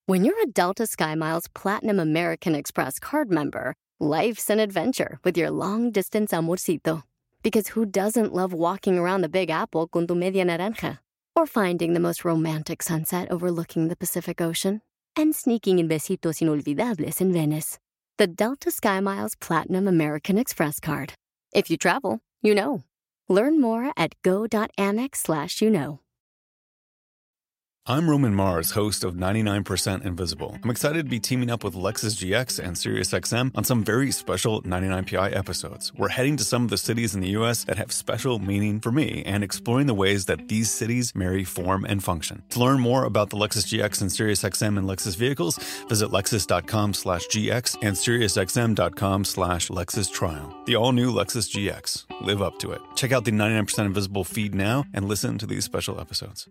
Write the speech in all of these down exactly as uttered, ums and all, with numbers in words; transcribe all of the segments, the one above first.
When you're a Delta SkyMiles Platinum American Express card member, life's an adventure with your long-distance amorcito. Because who doesn't love walking around the Big Apple con tu media naranja? Or finding the most romantic sunset overlooking the Pacific Ocean? And sneaking in besitos inolvidables in Venice. The Delta SkyMiles Platinum American Express card. If you travel, you know. Learn more at go.amex slash you know. I'm Roman Mars, host of ninety-nine percent Invisible. I'm excited to be teaming up with Lexus G X and SiriusXM on some very special ninety-nine P I episodes. We're heading to some of the cities in the U S that have special meaning for me and exploring the ways that these cities marry form and function. To learn more about the Lexus G X and SiriusXM and Lexus vehicles, visit lexus.com slash GX and SiriusXM.com slash Lexus Trial. The all-new Lexus G X. Live up to it. Check out the ninety-nine percent Invisible feed now and listen to these special episodes.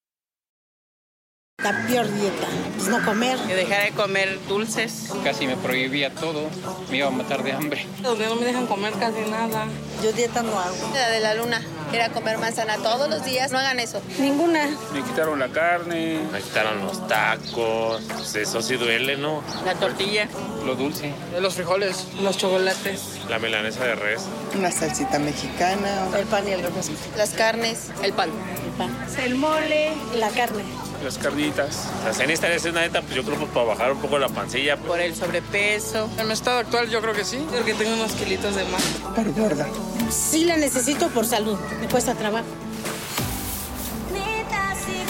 La peor dieta es no comer. Que dejara de comer dulces. Casi me prohibía todo, me iba a matar de hambre. Donde no me dejan comer casi nada. Yo dieta no hago. La de la luna, era comer manzana todos los días, no hagan eso. Ninguna. Me quitaron la carne. Me quitaron los tacos, pues eso sí duele, ¿no? La tortilla. Lo dulce. Los frijoles. Los chocolates. La milanesa de res. Una salsita mexicana. El pan y el refresco. Las carnes, el pan. El pan. El mole, la carne. Las carnitas. La cena estaría haciendo una dieta, pues yo creo pues, para bajar un poco la pancilla. Por el sobrepeso. En mi estado actual yo creo que sí. Porque tengo unos kilitos de más. Por gorda. Sí la necesito por salud. Me cuesta trabajo. Netas y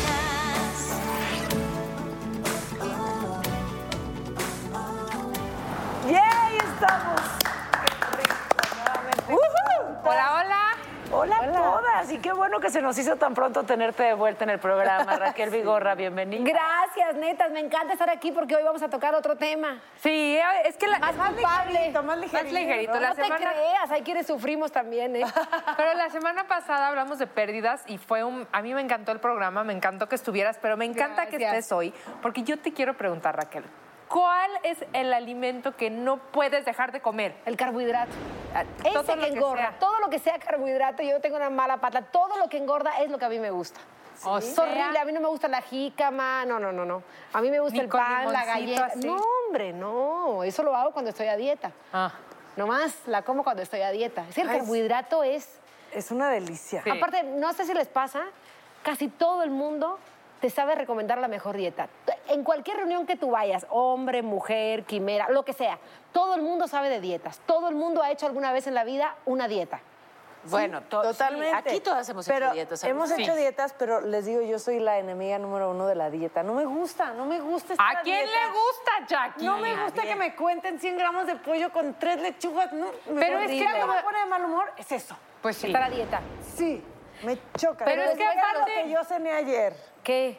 vidas. ¡Yeah! Ahí estamos. Qué rico, nuevamente. Uh-huh. Hola, hola. Hola a todas, y qué bueno que se nos hizo tan pronto tenerte de vuelta en el programa. Raquel Vigorra, bienvenida. Gracias, netas, me encanta estar aquí porque hoy vamos a tocar otro tema. Sí, es que la, más, más culpable. ligerito, más ligerito. Más ligerito. No, la no semana... te creas, hay quienes sufrimos también, ¿eh? Pero la semana pasada hablamos de pérdidas y fue un... A mí me encantó el programa, me encantó que estuvieras, pero me encanta Gracias. que estés hoy, porque yo te quiero preguntar, Raquel, ¿cuál es el alimento que no puedes dejar de comer? El carbohidrato. Ese todo que engorda. Que todo lo que sea carbohidrato, yo tengo una mala pata. Todo lo que engorda es lo que a mí me gusta. ¿Sí? Oh, es horrible. A mí no me gusta la jícama. No, no, no, no. A mí me gusta el pan, la galleta. Así. No, hombre, no. Eso lo hago cuando estoy a dieta. Ah. Nomás la como cuando estoy a dieta. Es el Ay, carbohidrato es... Es una delicia. Sí. Aparte, no sé si les pasa, casi todo el mundo te sabe recomendar la mejor dieta. En cualquier reunión que tú vayas, hombre, mujer, quimera, lo que sea, todo el mundo sabe de dietas. Todo el mundo ha hecho alguna vez en la vida una dieta. Bueno, sí, to totalmente. Sí, aquí todas hemos pero hecho dietas. Hemos sí. hecho dietas, pero les digo, yo soy la enemiga número uno de la dieta. No me gusta, no me gusta estar ¿A quién dieta. le gusta, Jackie? No me gusta que me cuenten cien gramos de pollo con tres lechugas. No, pero es que algo me pone de mal humor, es eso. Pues sí. Estar a dieta. Sí, me choca. Pero, pero es que aparte... lo que yo cené ayer. ¿Qué?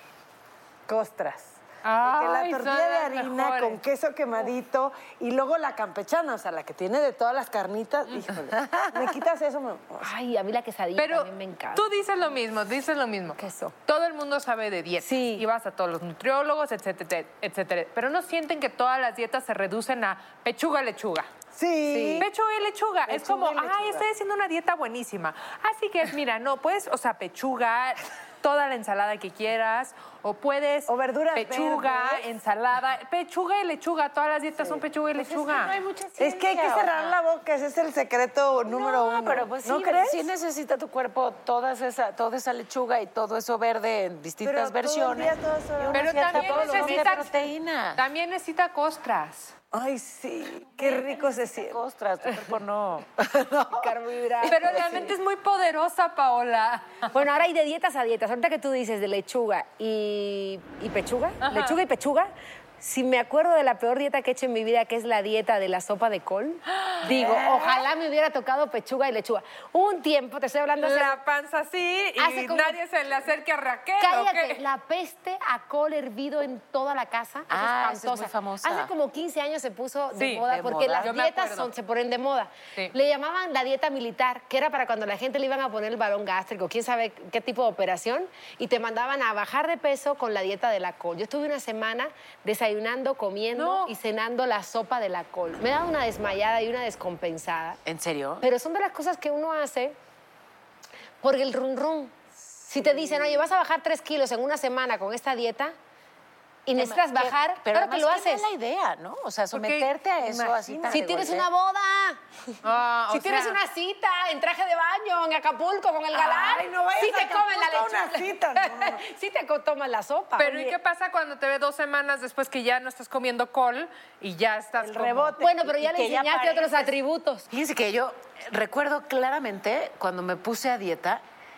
Costras. Ay, la tortilla de harina mejores. Con queso quemadito y luego la campechana, o sea, la que tiene de todas las carnitas. Híjole, me quitas eso. Me... Ay, a mí la quesadilla Pero también me encanta. Tú dices lo mismo, dices lo mismo. Queso. Todo el mundo sabe de dietas. Sí. Y vas a todos los nutriólogos, etcétera, etcétera. Pero no sienten que todas las dietas se reducen a pechuga, lechuga. Sí. sí. Pechuga y lechuga. Pechuga es como, y lechuga. ay, estoy haciendo una dieta buenísima. Así que, mira, no, puedes, o sea, pechuga, toda la ensalada que quieras, o puedes... O verduras Pechuga, verdes. ensalada, pechuga y lechuga. Todas las dietas sí. son pechuga y pues lechuga. Es que, no hay mucha ciencia, es que hay que cerrar la boca, ese es el secreto número no, uno. Pero pues ¿No sí, crees? sí necesita tu cuerpo toda esa, toda esa lechuga y todo eso verde en distintas pero versiones. Todo el día, todo eso, pero también necesita proteína. También necesita costras. Ay, sí, qué rico se siente. Costras, tu cuerpo no. no. Carbohidratos. Pero la mente sí. es muy poderosa, Paola. Bueno, ahora hay de dietas a dietas. Ahorita que tú dices de lechuga y, y pechuga, Ajá. lechuga y pechuga, si me acuerdo de la peor dieta que he hecho en mi vida, que es la dieta de la sopa de col, digo, ojalá me hubiera tocado pechuga y lechuga. Un tiempo, te estoy hablando... La hace, panza así y hace como, nadie se le acerque a Raquel. Cállate, la peste a col hervido en toda la casa. Ah, es esa es muy famosa. Hace como quince años se puso de sí, moda, de porque moda. las Yo dietas son, se ponen de moda. Sí. Le llamaban la dieta militar, que era para cuando la gente le iban a poner el balón gástrico, quién sabe qué tipo de operación, y te mandaban a bajar de peso con la dieta de la col. Yo estuve una semana desayunando, comiendo, No. y cenando la sopa de la col. Me he dado una desmayada y una descompensada. ¿En serio? Pero son de las cosas que uno hace por el run run. Sí. Si te dicen, oye, vas a bajar tres kilos en una semana con esta dieta, y necesitas que, bajar, pero claro que lo haces. Es la idea, ¿no? O sea, someterte a eso así tan Si de tienes golpe. una boda, Ah, si o tienes sea, una cita en traje de baño en Acapulco con el galán, Ay, no vayas sí a te comen la Acapulco a una lechuga. cita, no, no, no. Sí te co- toman la sopa. Pero ¿y qué pasa cuando te ve dos semanas después que ya no estás comiendo col y ya estás El como- rebote. Bueno, pero Y ya le que ya enseñaste otros pareces- atributos. Fíjense que yo recuerdo claramente cuando me puse a dieta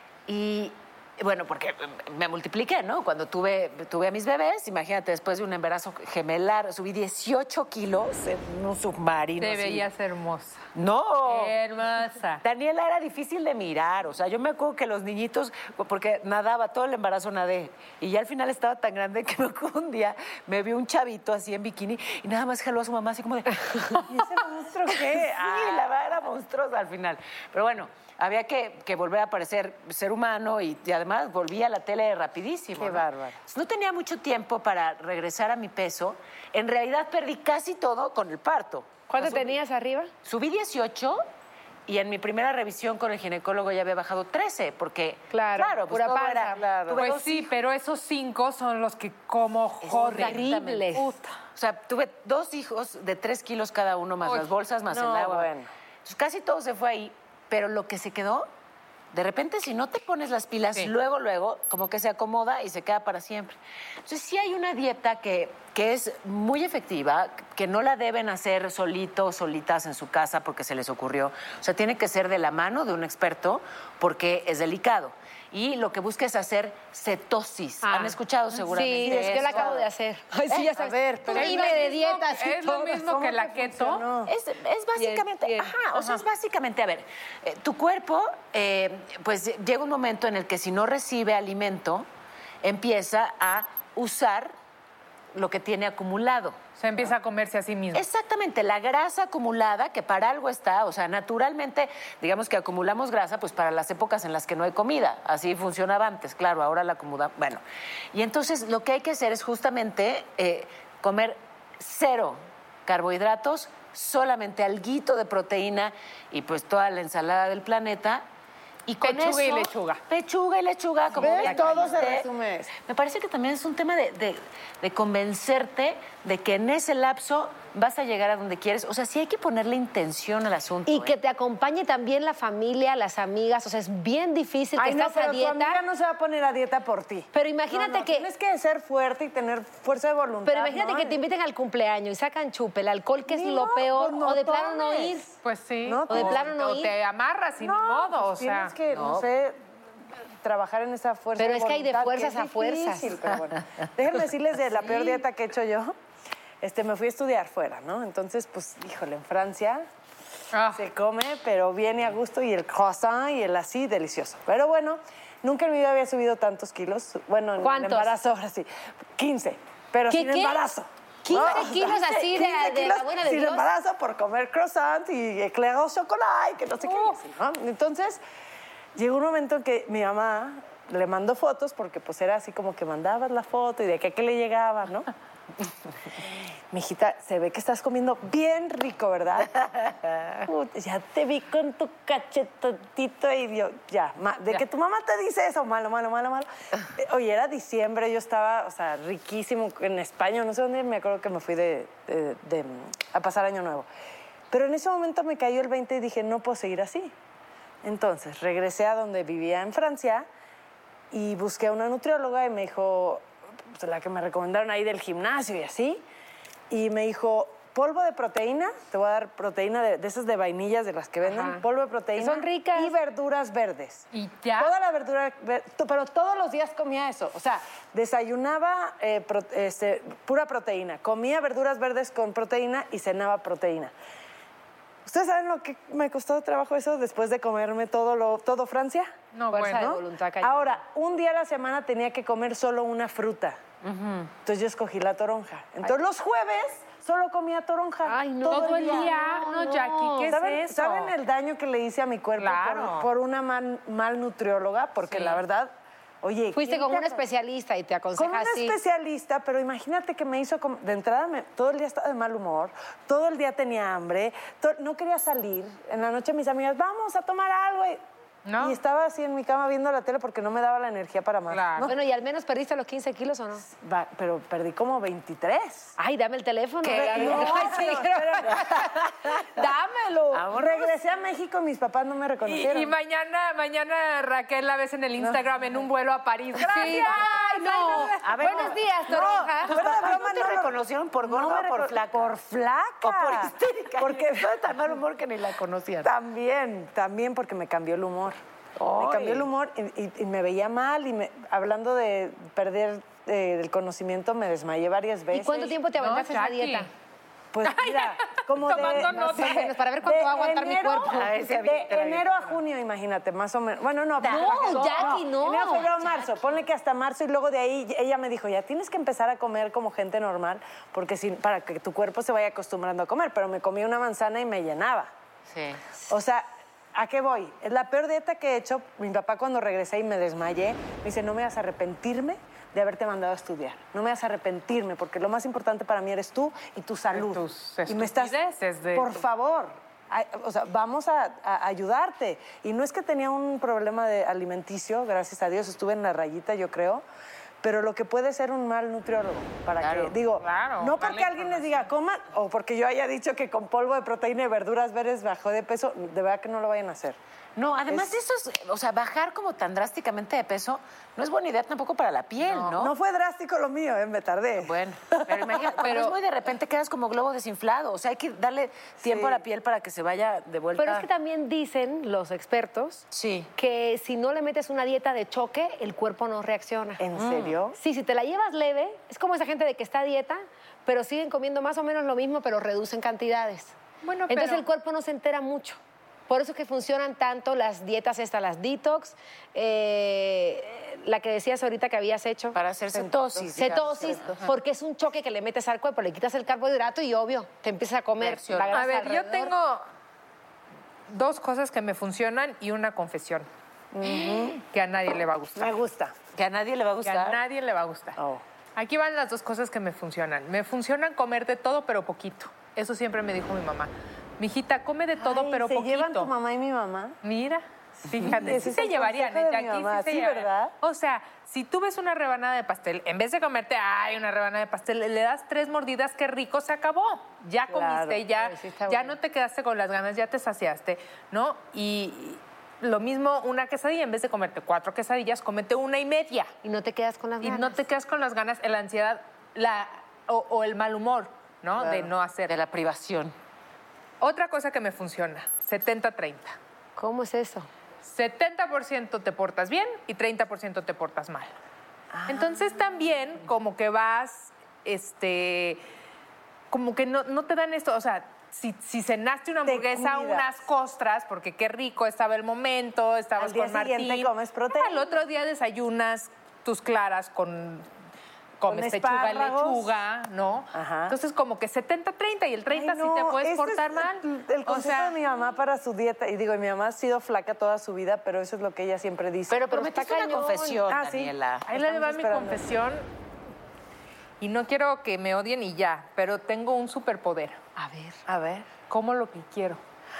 y, bueno, porque me multipliqué, ¿no? Cuando tuve, tuve a mis bebés, imagínate, después de un embarazo gemelar, subí dieciocho kilos en un submarino. Te así. veías hermosa. No. Hermosa. Daniela era difícil de mirar, o sea, yo me acuerdo que los niñitos, porque nadaba, todo el embarazo nadé, y ya al final estaba tan grande que me acuerdo un día me vio un chavito así en bikini y nada más jaló a su mamá así como de, ¿y ese monstruo qué? Sí, la verdad era monstruosa al final. Pero bueno, había que, que volver a parecer ser humano y, y además volví a la tele rapidísimo. Qué ¿no? bárbaro. No tenía mucho tiempo para regresar a mi peso. En realidad perdí casi todo con el parto. ¿Cuánto O sea, tenías arriba? Subí dieciocho y en mi primera revisión con el ginecólogo ya había bajado trece, porque, Claro, pues pura todo panza. era- Claro. tuve Pues dos sí, hijos. pero esos cinco son los que como joden. Horribles. Puta. O sea, tuve dos hijos de tres kilos cada uno, más Uy, las bolsas, más no, el agua. bueno. Entonces, casi todo se fue ahí, pero lo que se quedó, de repente, si no te pones las pilas, Sí. luego, luego, como que se acomoda y se queda para siempre. Entonces, sí hay una dieta que, que es muy efectiva, que no la deben hacer solitos, solitas en su casa porque se les ocurrió. O sea, tiene que ser de la mano de un experto porque es delicado. Y lo que busca es hacer cetosis. Ah. ¿Han escuchado seguramente Sí, yo la eso? acabo de hacer. Ay, sí, Eh, ya a sabes. ver, Tú pero es dime lo de mismo- dietas y es lo todo. mismo ¿Cómo que la te keto. funcionó? Es, es básicamente, Bien, bien. ajá, o sea, es básicamente, a ver, eh, tu cuerpo, eh, pues llega un momento en el que si no recibe alimento, empieza a usar lo que tiene acumulado. Se empieza a comerse a sí mismo. Exactamente, la grasa acumulada, que para algo está, o sea, naturalmente, digamos que acumulamos grasa, pues para las épocas en las que no hay comida. Así funcionaba antes, claro, ahora la acumula. Bueno, y entonces lo que hay que hacer es justamente eh, comer cero carbohidratos, solamente alguito de proteína y pues toda la ensalada del planeta. Y con Pechuga y eso- lechuga. Pechuga y lechuga, como ¿Ves? ya Todo se dijiste. resume eso. Me parece que también es un tema de, de- de convencerte de que en ese lapso vas a llegar a donde quieres. O sea, sí hay que ponerle intención al asunto. Y ¿eh? que te acompañe también la familia, las amigas. O sea, es bien difícil que Ay, no, estás pero a tu dieta. amiga no se va a poner a dieta por ti. Pero imagínate No, no, que- Tienes que ser fuerte y tener fuerza de voluntad. Pero imagínate ¿no? que te inviten al cumpleaños y sacan chupe, el alcohol, que es Ni lo modo, peor, pues no o de plano no tomes. ir. Pues sí. No, O de plano no o ir. te amarras y No, ni modo, pues o sea. tienes que, no, no. sé, trabajar en esa fuerza Pero de es que hay de voluntad, fuerzas es a fuerzas. difícil, pero bueno. Déjenme decirles de la peor dieta que he hecho yo. Este, me fui a estudiar fuera, ¿no? Entonces, pues, híjole, en Francia Ah. se come, pero bien y a gusto, y el croissant y el así, delicioso. Pero bueno, nunca en mi vida había subido tantos kilos. Bueno, en el ¿Cuántos? embarazo ahora sí, quince, pero ¿Qué, sin qué? embarazo. quince No, kilos así de- quince de kilos la buena de sin Dios. embarazo por comer croissant y eclair au chocolat y que no sé qué. así, ¿no? Entonces, llegó un momento en que mi mamá le mandó fotos porque pues era así como que mandabas la foto y de qué, qué le llegaba, ¿no? Mijita, se ve que estás comiendo bien rico, ¿verdad? Put, ya te vi con tu cachetotito y yo, ya, ma- de Ya. que tu mamá te dice eso, malo, malo, malo, malo. Eh, Oye, era diciembre, yo estaba, o sea, riquísimo en España, no sé dónde, me acuerdo que me fui de, de- de- a pasar Año Nuevo. Pero en ese momento me cayó el veinte y dije, no puedo seguir así. Entonces, regresé a donde vivía en Francia y busqué a una nutrióloga y me dijo, pues, la que me recomendaron ahí del gimnasio y así, y me dijo, polvo de proteína, te voy a dar proteína de, de esas de vainillas de las que venden, Ajá. polvo de proteína. Que son ricas. Y verduras verdes. ¿Y ya? Toda la verdura, ver- to- pero todos los días comía eso. O sea, desayunaba eh, pro- este, pura proteína, comía verduras verdes con proteína y cenaba proteína. ¿Ustedes saben lo que me costó trabajo eso después de comerme todo, lo, todo Francia? No, Fuerza bueno. de voluntad cañón. Ahora, un día a la semana tenía que comer solo una fruta. Entonces yo escogí la toronja. Entonces los jueves solo comía toronja. Ay, no. Todo el día. No, Jackie, ¿qué ¿Saben, es eso? ¿Saben el daño que le hice a mi cuerpo Claro. por, por una mal, mal nutrióloga? Porque Sí. la verdad, oye... Fuiste ¿quién con te un acon- especialista y te Con aconseja un así. especialista, pero imagínate que me hizo... como- De entrada, me- todo el día estaba de mal humor, todo el día tenía hambre, to- no quería salir. En la noche mis amigas, vamos a tomar algo. Y ¿No? Y estaba así en mi cama viendo la tele porque no me daba la energía para más. Claro. ¿no? Bueno, ¿y al menos perdiste los quince kilos o no? Va, pero perdí como veintitrés. Ay, dame el teléfono. ¿Qué? No, Ay, sí, pero- pero- Dámelo. Regresé a México y mis papás no me Y, reconocieron. y mañana, mañana Raquel la ves en el Instagram en un vuelo a París. Gracias. Sí. Ay, no. A ver, Buenos no. días, Toronja. ¿Tus fuera de papás broma, no te no lo- reconocieron por gorda No me o por reco- flaca? Por flaca. O por histérica. Porque Estaba de tan mal humor que ni la conocían. También, también porque me cambió el humor. Ay. Me cambió el humor y, y- y me veía mal y me- hablando de perder eh, el conocimiento me desmayé varias veces. ¿Y cuánto tiempo te No, aventaste esa Jackie. dieta? Pues mira, como de... Tomando notas. Más o menos, para ver cuánto de va a aguantar mi enero- cuerpo. A ver si de avienta la enero a junio, imagínate, más o menos. Bueno, no. No, Jackie, no. Enero, febrero, marzo. Ponle que hasta marzo y luego de ahí ella me dijo, ya tienes que empezar a comer como gente normal porque si, para que tu cuerpo se vaya acostumbrando a comer. Pero me comí una manzana y me llenaba. Sí. O sea, ¿a qué voy? Es la peor dieta que he hecho. Mi papá cuando regresé y me desmayé, me dice, no me vas a arrepentirme de haberte mandado a estudiar. No me vas a arrepentirme porque lo más importante para mí eres tú y tu salud. tus y me estás... estupideces de Por tu- favor. Ay, o sea, vamos a, a ayudarte. Y no es que tenía un problema de alimenticio, gracias a Dios, estuve en la rayita, yo creo, pero lo que puede ser un mal nutriólogo, para Claro, que, digo, claro, no darle porque alguien les diga, coman, o porque yo haya dicho que con polvo de proteína y verduras verdes bajó de peso, de verdad que no lo vayan a hacer. No, además Es- eso es, o sea, bajar como tan drásticamente de peso no es buena idea tampoco para la piel, ¿no? No fue drástico lo mío, ¿eh? Me tardé. Bueno, pero imagínate, cuando es muy de repente quedas como globo desinflado, o sea, hay que darle tiempo Sí. a la piel para que se vaya de vuelta. Pero es que también dicen los expertos Sí. que si no le metes una dieta de choque, el cuerpo no reacciona. ¿En serio? Sí, si te la llevas leve, es como esa gente de que está a dieta, pero siguen comiendo más o menos lo mismo, pero reducen cantidades. Bueno, Entonces pero- el cuerpo no se entera mucho. Por eso es que funcionan tanto las dietas estas, las detox, eh, la que decías ahorita que habías hecho. Para hacer cetosis. digamos. Cetosis, porque es un choque que le metes al cuerpo, le quitas el carbohidrato y obvio, te empiezas a comer Reacciona. la grasa A ver, yo alrededor. tengo dos cosas que me funcionan y una confesión que a nadie le va a gustar. Me gusta. Que a nadie le va a Que gustar. a nadie le va a gustar. Oh. Aquí van las dos cosas que me funcionan. Me funcionan comer de todo, pero poquito. Eso siempre me dijo mi mamá. Mijita, come de todo, Ay, pero ¿se poquito. llevan tu mamá y mi mamá? Mira, fíjate, Ese sí es se el llevarían, consejo ¿eh? de mi Jackie, mamá, sí se sí, llevarían. ¿verdad? O sea, si tú ves una rebanada de pastel, en vez de comerte, ay, una rebanada de pastel, le das tres mordidas, qué rico, se acabó. Ya Claro. comiste, ya, Ay, sí está ya bueno. no te quedaste con las ganas, ya te saciaste, ¿no? Y lo mismo, una quesadilla, en vez de comerte cuatro quesadillas, comete una y media. Y no te quedas con las Y ganas. no te quedas con las ganas, la ansiedad la, o, o el mal humor, ¿no? De no hacer. De la privación. Otra cosa que me funciona, setenta treinta. ¿Cómo es eso? setenta por ciento te portas bien y treinta por ciento te portas mal. Entonces también como que vas, este, como que no, no te dan esto, o sea, si, si cenaste una Te hamburguesa, cuidas. unas costras, porque qué rico estaba el momento, estabas Al día con Martín. siguiente comes proteína. Al otro día desayunas tus claras con... Comes pechuga, espárragos. lechuga, ¿no? Ajá. Entonces como que setenta treinta y el treinta Ay, sí te no, puedes ese portar es mal. El, el O consejo sea, de mi mamá para su dieta. Y digo, mi mamá ha sido flaca toda su vida, pero eso es lo que ella siempre dice. Pero está prometiste una cañón. confesión, Ah, sí. Daniela. ahí le va Estamos mi esperando. confesión. Y no quiero que me odien y ya, pero tengo un superpoder. A ver. A ver. Como lo que quiero.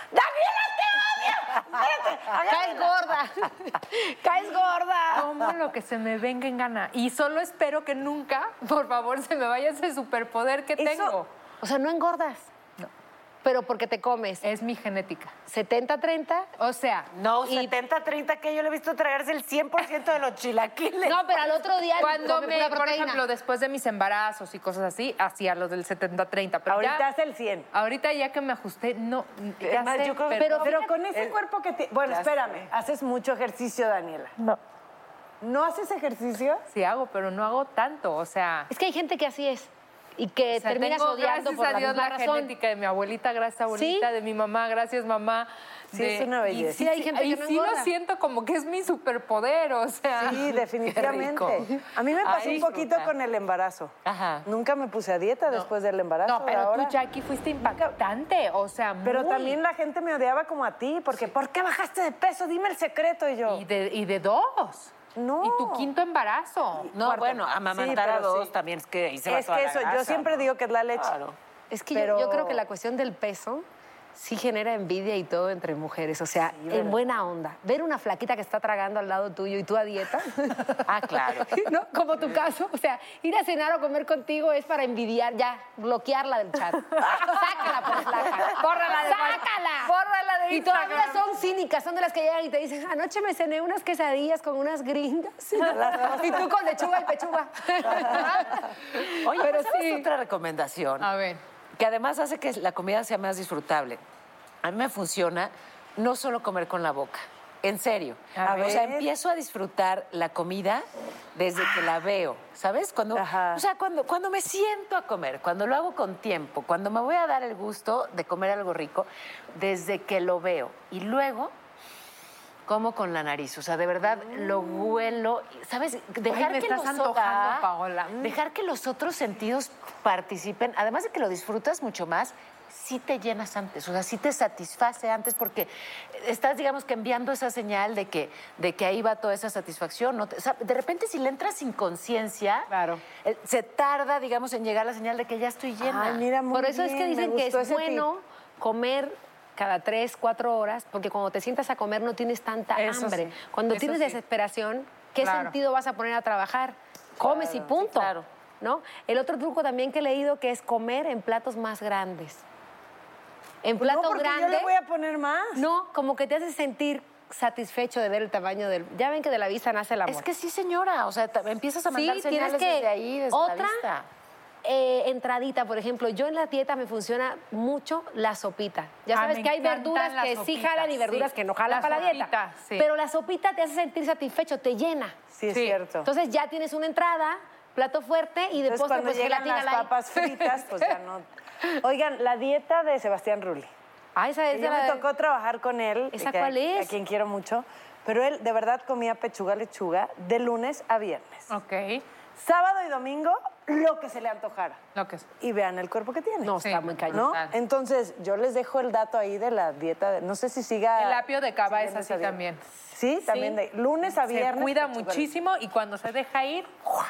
Caes gorda. Caes gorda. Como lo que se me venga en gana. Y solo espero que nunca, por favor, se me vaya ese superpoder que Eso- tengo. O sea, no engordas. No. Pero porque te comes. Es mi genética. setenta treinta. O sea, No, Y- setenta treinta que yo le he visto tragarse el cien por ciento de los chilaquiles. No, pero al otro día cuando come me, pura por proteína. ejemplo, después de mis embarazos y cosas así, hacía los del setenta treinta. Pero Ahorita ya, hace el cien. ahorita ya que me ajusté, no, ya más, sé, yo creo que- Pero, pero, pero con ese cuerpo que te... Bueno, Ya espérame. Haces mucho ejercicio, Daniela. no. ¿No haces ejercicio? Sí hago, pero no hago tanto, o sea... Es que hay gente que así es. Y que O sea, terminas tengo, odiando gracias por a la Dios, misma la razón. genética de mi abuelita, gracias abuelita, ¿Sí? de mi mamá, gracias mamá. Sí, de- es una y belleza. Sí, hay gente y que no sí lo engorda. siento como que es mi superpoder, o sea. Sí, definitivamente. rico. A mí me pasó Ay, un poquito disfruta. con el embarazo. Ajá. Nunca me puse a dieta después del embarazo. No, pero ahora. tú, Jackie, fuiste impactante, o sea, Pero muy. también la gente me odiaba como a ti, porque ¿por qué bajaste de peso? Dime el secreto. Y yo, Y de, y de dos. no. Y tu quinto embarazo. No, Cuarto. bueno, amamantar Sí, a pero dos sí. también es que ahí se va Es toda que la eso, yo grasa, siempre ¿no? digo que es la leche. Claro. Es que Pero- yo, yo creo que la cuestión del peso sí genera envidia y todo entre mujeres. O sea, sí, en buena onda. Ver una flaquita que está tragando al lado tuyo y tú a dieta. Ah, claro. ¿No? Como tu caso. O sea, ir a cenar o comer contigo es para envidiar, ya, bloquearla del chat. Sácala por flaca. Bórrala de ¡Sácala! Bórrala de Y Instagram. todavía son cínicas, son de las que llegan y te dicen, anoche me cené unas quesadillas con unas gringas. Y tú con lechuga y pechuga. Oye, pero ¿sabes sí. otra recomendación? A ver. Que además hace que la comida sea más disfrutable. A mí me funciona no solo comer con la boca, en serio. A o sea, ver. empiezo a disfrutar la comida desde que la veo, ¿sabes? Cuando, Ajá. o sea, cuando, cuando me siento a comer, cuando lo hago con tiempo, cuando me voy a dar el gusto de comer algo rico, desde que lo veo. Y luego como con la nariz, o sea, de verdad lo huelo, ¿sabes? Dejar Ay, me que estás los antojando, otros, Paola. dejar que los otros sentidos participen, además de que lo disfrutas mucho más, sí te llenas antes, o sea, sí te satisface antes porque estás, digamos, que enviando esa señal de que, de que ahí va toda esa satisfacción, ¿no? O sea, de repente si le entras sin conciencia, Claro. eh, se tarda, digamos, en llegar la señal de que ya estoy llena. Ay, mira, muy Por eso es que bien, me dicen que gustó es ese bueno tip. comer cada tres, cuatro horas, porque cuando te sientas a comer no tienes tanta Eso hambre. sí, Cuando eso tienes sí. desesperación, ¿qué Claro. sentido vas a poner a trabajar? Comes y punto. claro. ¿No? El otro truco también que he leído que es comer en platos más grandes. En Pues no, platos porque grandes. yo le voy a poner más. No, como que te hace sentir satisfecho de ver el tamaño del... Ya ven que de la vista nace el amor. Es que sí, señora, o sea, ta- empiezas a mandar Sí, señales tienes que... desde ahí, desde Otra, la vista. eh, entradita, por ejemplo, yo en la dieta me funciona mucho la sopita. Ya Ah, sabes me que hay encantan verduras las que sí sopitas, jalan y verduras sí. que no jalan La para la dieta. sopita, sí. Pero la sopita te hace sentir satisfecho, te llena. Sí, es Sí. cierto. Entonces ya tienes una entrada, plato fuerte y de Entonces, postre cuando pues llegan gelatina las light. papas fritas, pues ya no... Oigan, la dieta de Sebastián Rulli. Ah, esa es Que de yo la me de- tocó trabajar con él. ¿Esa que- cuál es? A quien quiero mucho. Pero él de verdad comía pechuga, lechuga de lunes a viernes. Ok. Sábado y domingo, lo que se le antojara. Lo que es. Y vean el cuerpo que tiene. No, Sí, está muy cañón. ¿No? brutal. Entonces, yo les dejo el dato ahí de la dieta. de- no sé si siga... El apio de cava es siguiendo así esa dieta. también. Sí, también de lunes a viernes. Se cuida pechuga, muchísimo y cuando se deja ir,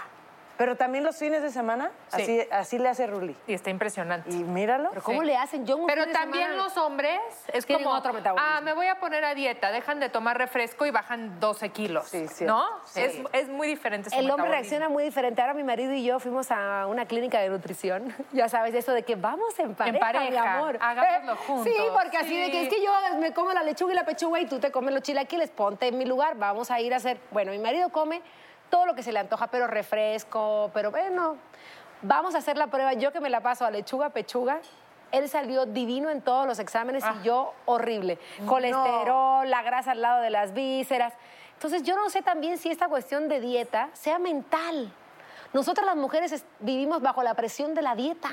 Pero también los fines de semana, Sí. así, así le hace Rulli. y está impresionante. Y míralo. Pero ¿cómo Sí. le hacen? Yo un Pero fin de también semana- los hombres es Tienen como, otro metabolismo. ah, me voy a poner a dieta, dejan de tomar refresco y bajan doce kilos, Sí, sí. ¿no? Sí. Es, es muy diferente su El hombre metabolismo. reacciona muy diferente. Ahora mi marido y yo fuimos a una clínica de nutrición. Ya sabes, eso de que vamos en pareja, pareja, mi amor. hagámoslo juntos. Sí, porque así Sí. de que es que yo me como la lechuga y la pechuga y tú te comes los chilaquiles, ponte en mi lugar, vamos a ir a hacer... Bueno, mi marido come todo lo que se le antoja, pero refresco, pero bueno, vamos a hacer la prueba. Yo que me la paso a lechuga, pechuga, él salió divino en todos los exámenes Ah. y yo horrible. Colesterol, la grasa al lado de las vísceras. Entonces yo no sé también si esta cuestión de dieta sea mental. Nosotras las mujeres es- vivimos bajo la presión de la dieta.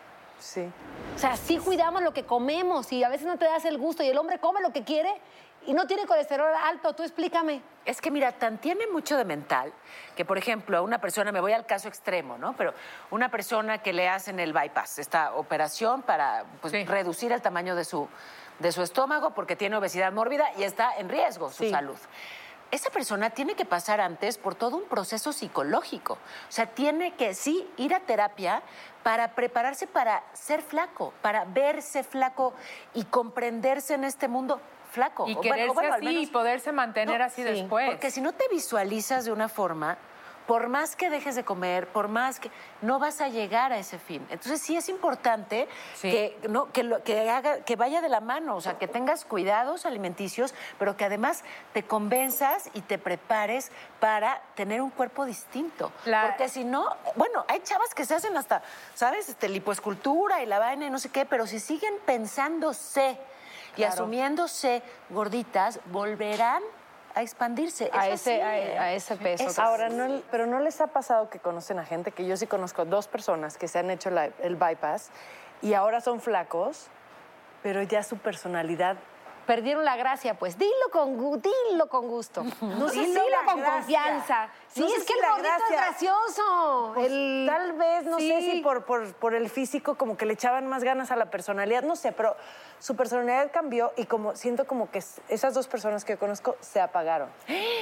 Sí. O sea, sí cuidamos lo que comemos y a veces no te das el gusto y el hombre come lo que quiere y no tiene colesterol alto. Tú explícame. Es que mira, tan tiene mucho de mental que, por ejemplo, a una persona, me voy al caso extremo, ¿no? Pero una persona que le hacen el bypass, esta operación para pues, Sí. reducir el tamaño de su, de su estómago porque tiene obesidad mórbida y está en riesgo su Sí. salud. Esa persona tiene que pasar antes por todo un proceso psicológico. O sea, tiene que sí ir a terapia para prepararse para ser flaco, para verse flaco y comprenderse en este mundo flaco. Y O bueno, quererse o bueno, al así menos- y poderse mantener No, así sí, después. porque si no te visualizas de una forma, por más que dejes de comer, por más que no vas a llegar a ese fin. Entonces sí es importante Sí. que no que lo, que haga que vaya de la mano, o sea, que tengas cuidados alimenticios, pero que además te convenzas y te prepares para tener un cuerpo distinto. La- Porque si no, bueno, hay chavas que se hacen hasta, ¿sabes? Este lipoescultura y la vaina y no sé qué, pero si siguen pensándose y Claro. asumiéndose gorditas, volverán a expandirse. A Es ese, así, ¿eh? a, a ese peso. Es Ahora, no, pero ¿no les ha pasado que conocen a gente, que yo sí conozco dos personas que se han hecho la- el bypass y ahora son flacos, pero ya su personalidad... Perdieron la gracia, pues. Dilo con, gu- dilo con gusto. No sé Dilo si la con gracia. confianza. Sí, No sé es que si el la gordito es gracia. gracioso. Pues, El- Tal vez, no Sí. sé si por, por, por el físico como que le echaban más ganas a la personalidad, no sé, pero su personalidad cambió y como siento como que s- esas dos personas que yo conozco se apagaron.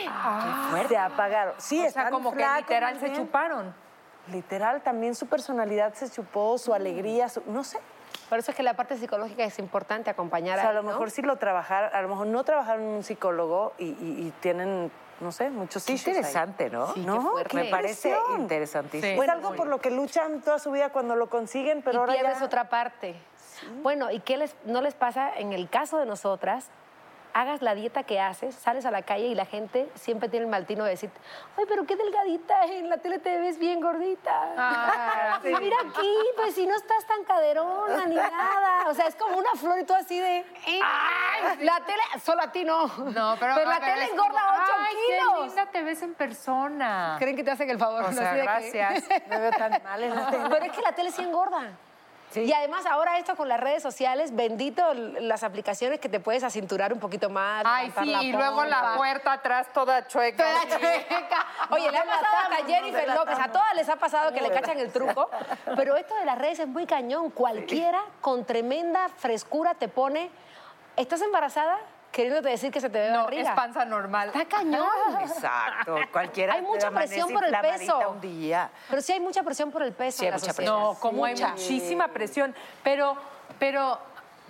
Se apagaron. Sí, o sea, están como que flacos, literal más se bien. chuparon. Literal, también su personalidad se chupó, su alegría, su, no sé. Por eso es que la parte psicológica es importante, acompañar o sea, a a lo ¿no? mejor sí lo trabajar, a lo mejor no trabajaron en un psicólogo y, y, y tienen, no sé, muchos Qué issues interesante, ahí. ¿no? Sí, ¿No? qué fuerte. Qué Me parece impresión. interesantísimo. Es Bueno, algo muy por lo que luchan toda su vida cuando lo consiguen, pero y ahora pierdes ya... otra parte. Bueno, ¿y qué les, no les pasa en el caso de nosotras? Hagas la dieta que haces, sales a la calle y la gente siempre tiene el mal tino de decir, ay, pero qué delgadita, en la tele te ves bien gordita. Ah, sí. Mira aquí, pues si no estás tan caderona ni nada. O sea, es como una flor y tú así de, ay, la tele, solo a ti no. No, pero, Pero la pero tele es engorda como, ocho ay, kilos. qué linda te ves en persona. Creen que te hacen el favor. O sea, así de que- gracias. Me veo tan mal en la tele. Pero es que la tele sí engorda. Sí. Y además ahora esto con las redes sociales, bendito las aplicaciones que te puedes acinturar un poquito más. Ay, sí, la y luego la pompa. puerta atrás toda chueca. Toda chueca. Oye, No le ha pasado delatamos, a Jennifer no López, a delatamos. todas les ha pasado que le cachan el truco, pero esto de las redes es muy cañón. Cualquiera con tremenda frescura te pone, ¿estás embarazada? Queriéndote decir que se te ve No, barriga. es panza normal. Está cañón. Exacto. Cualquiera Hay mucha amanece presión por el inflamadita peso. un día. Pero sí hay mucha presión por el peso. Sí, en hay la mucha sociedad. No, como Mucha. hay muchísima presión. Pero, pero,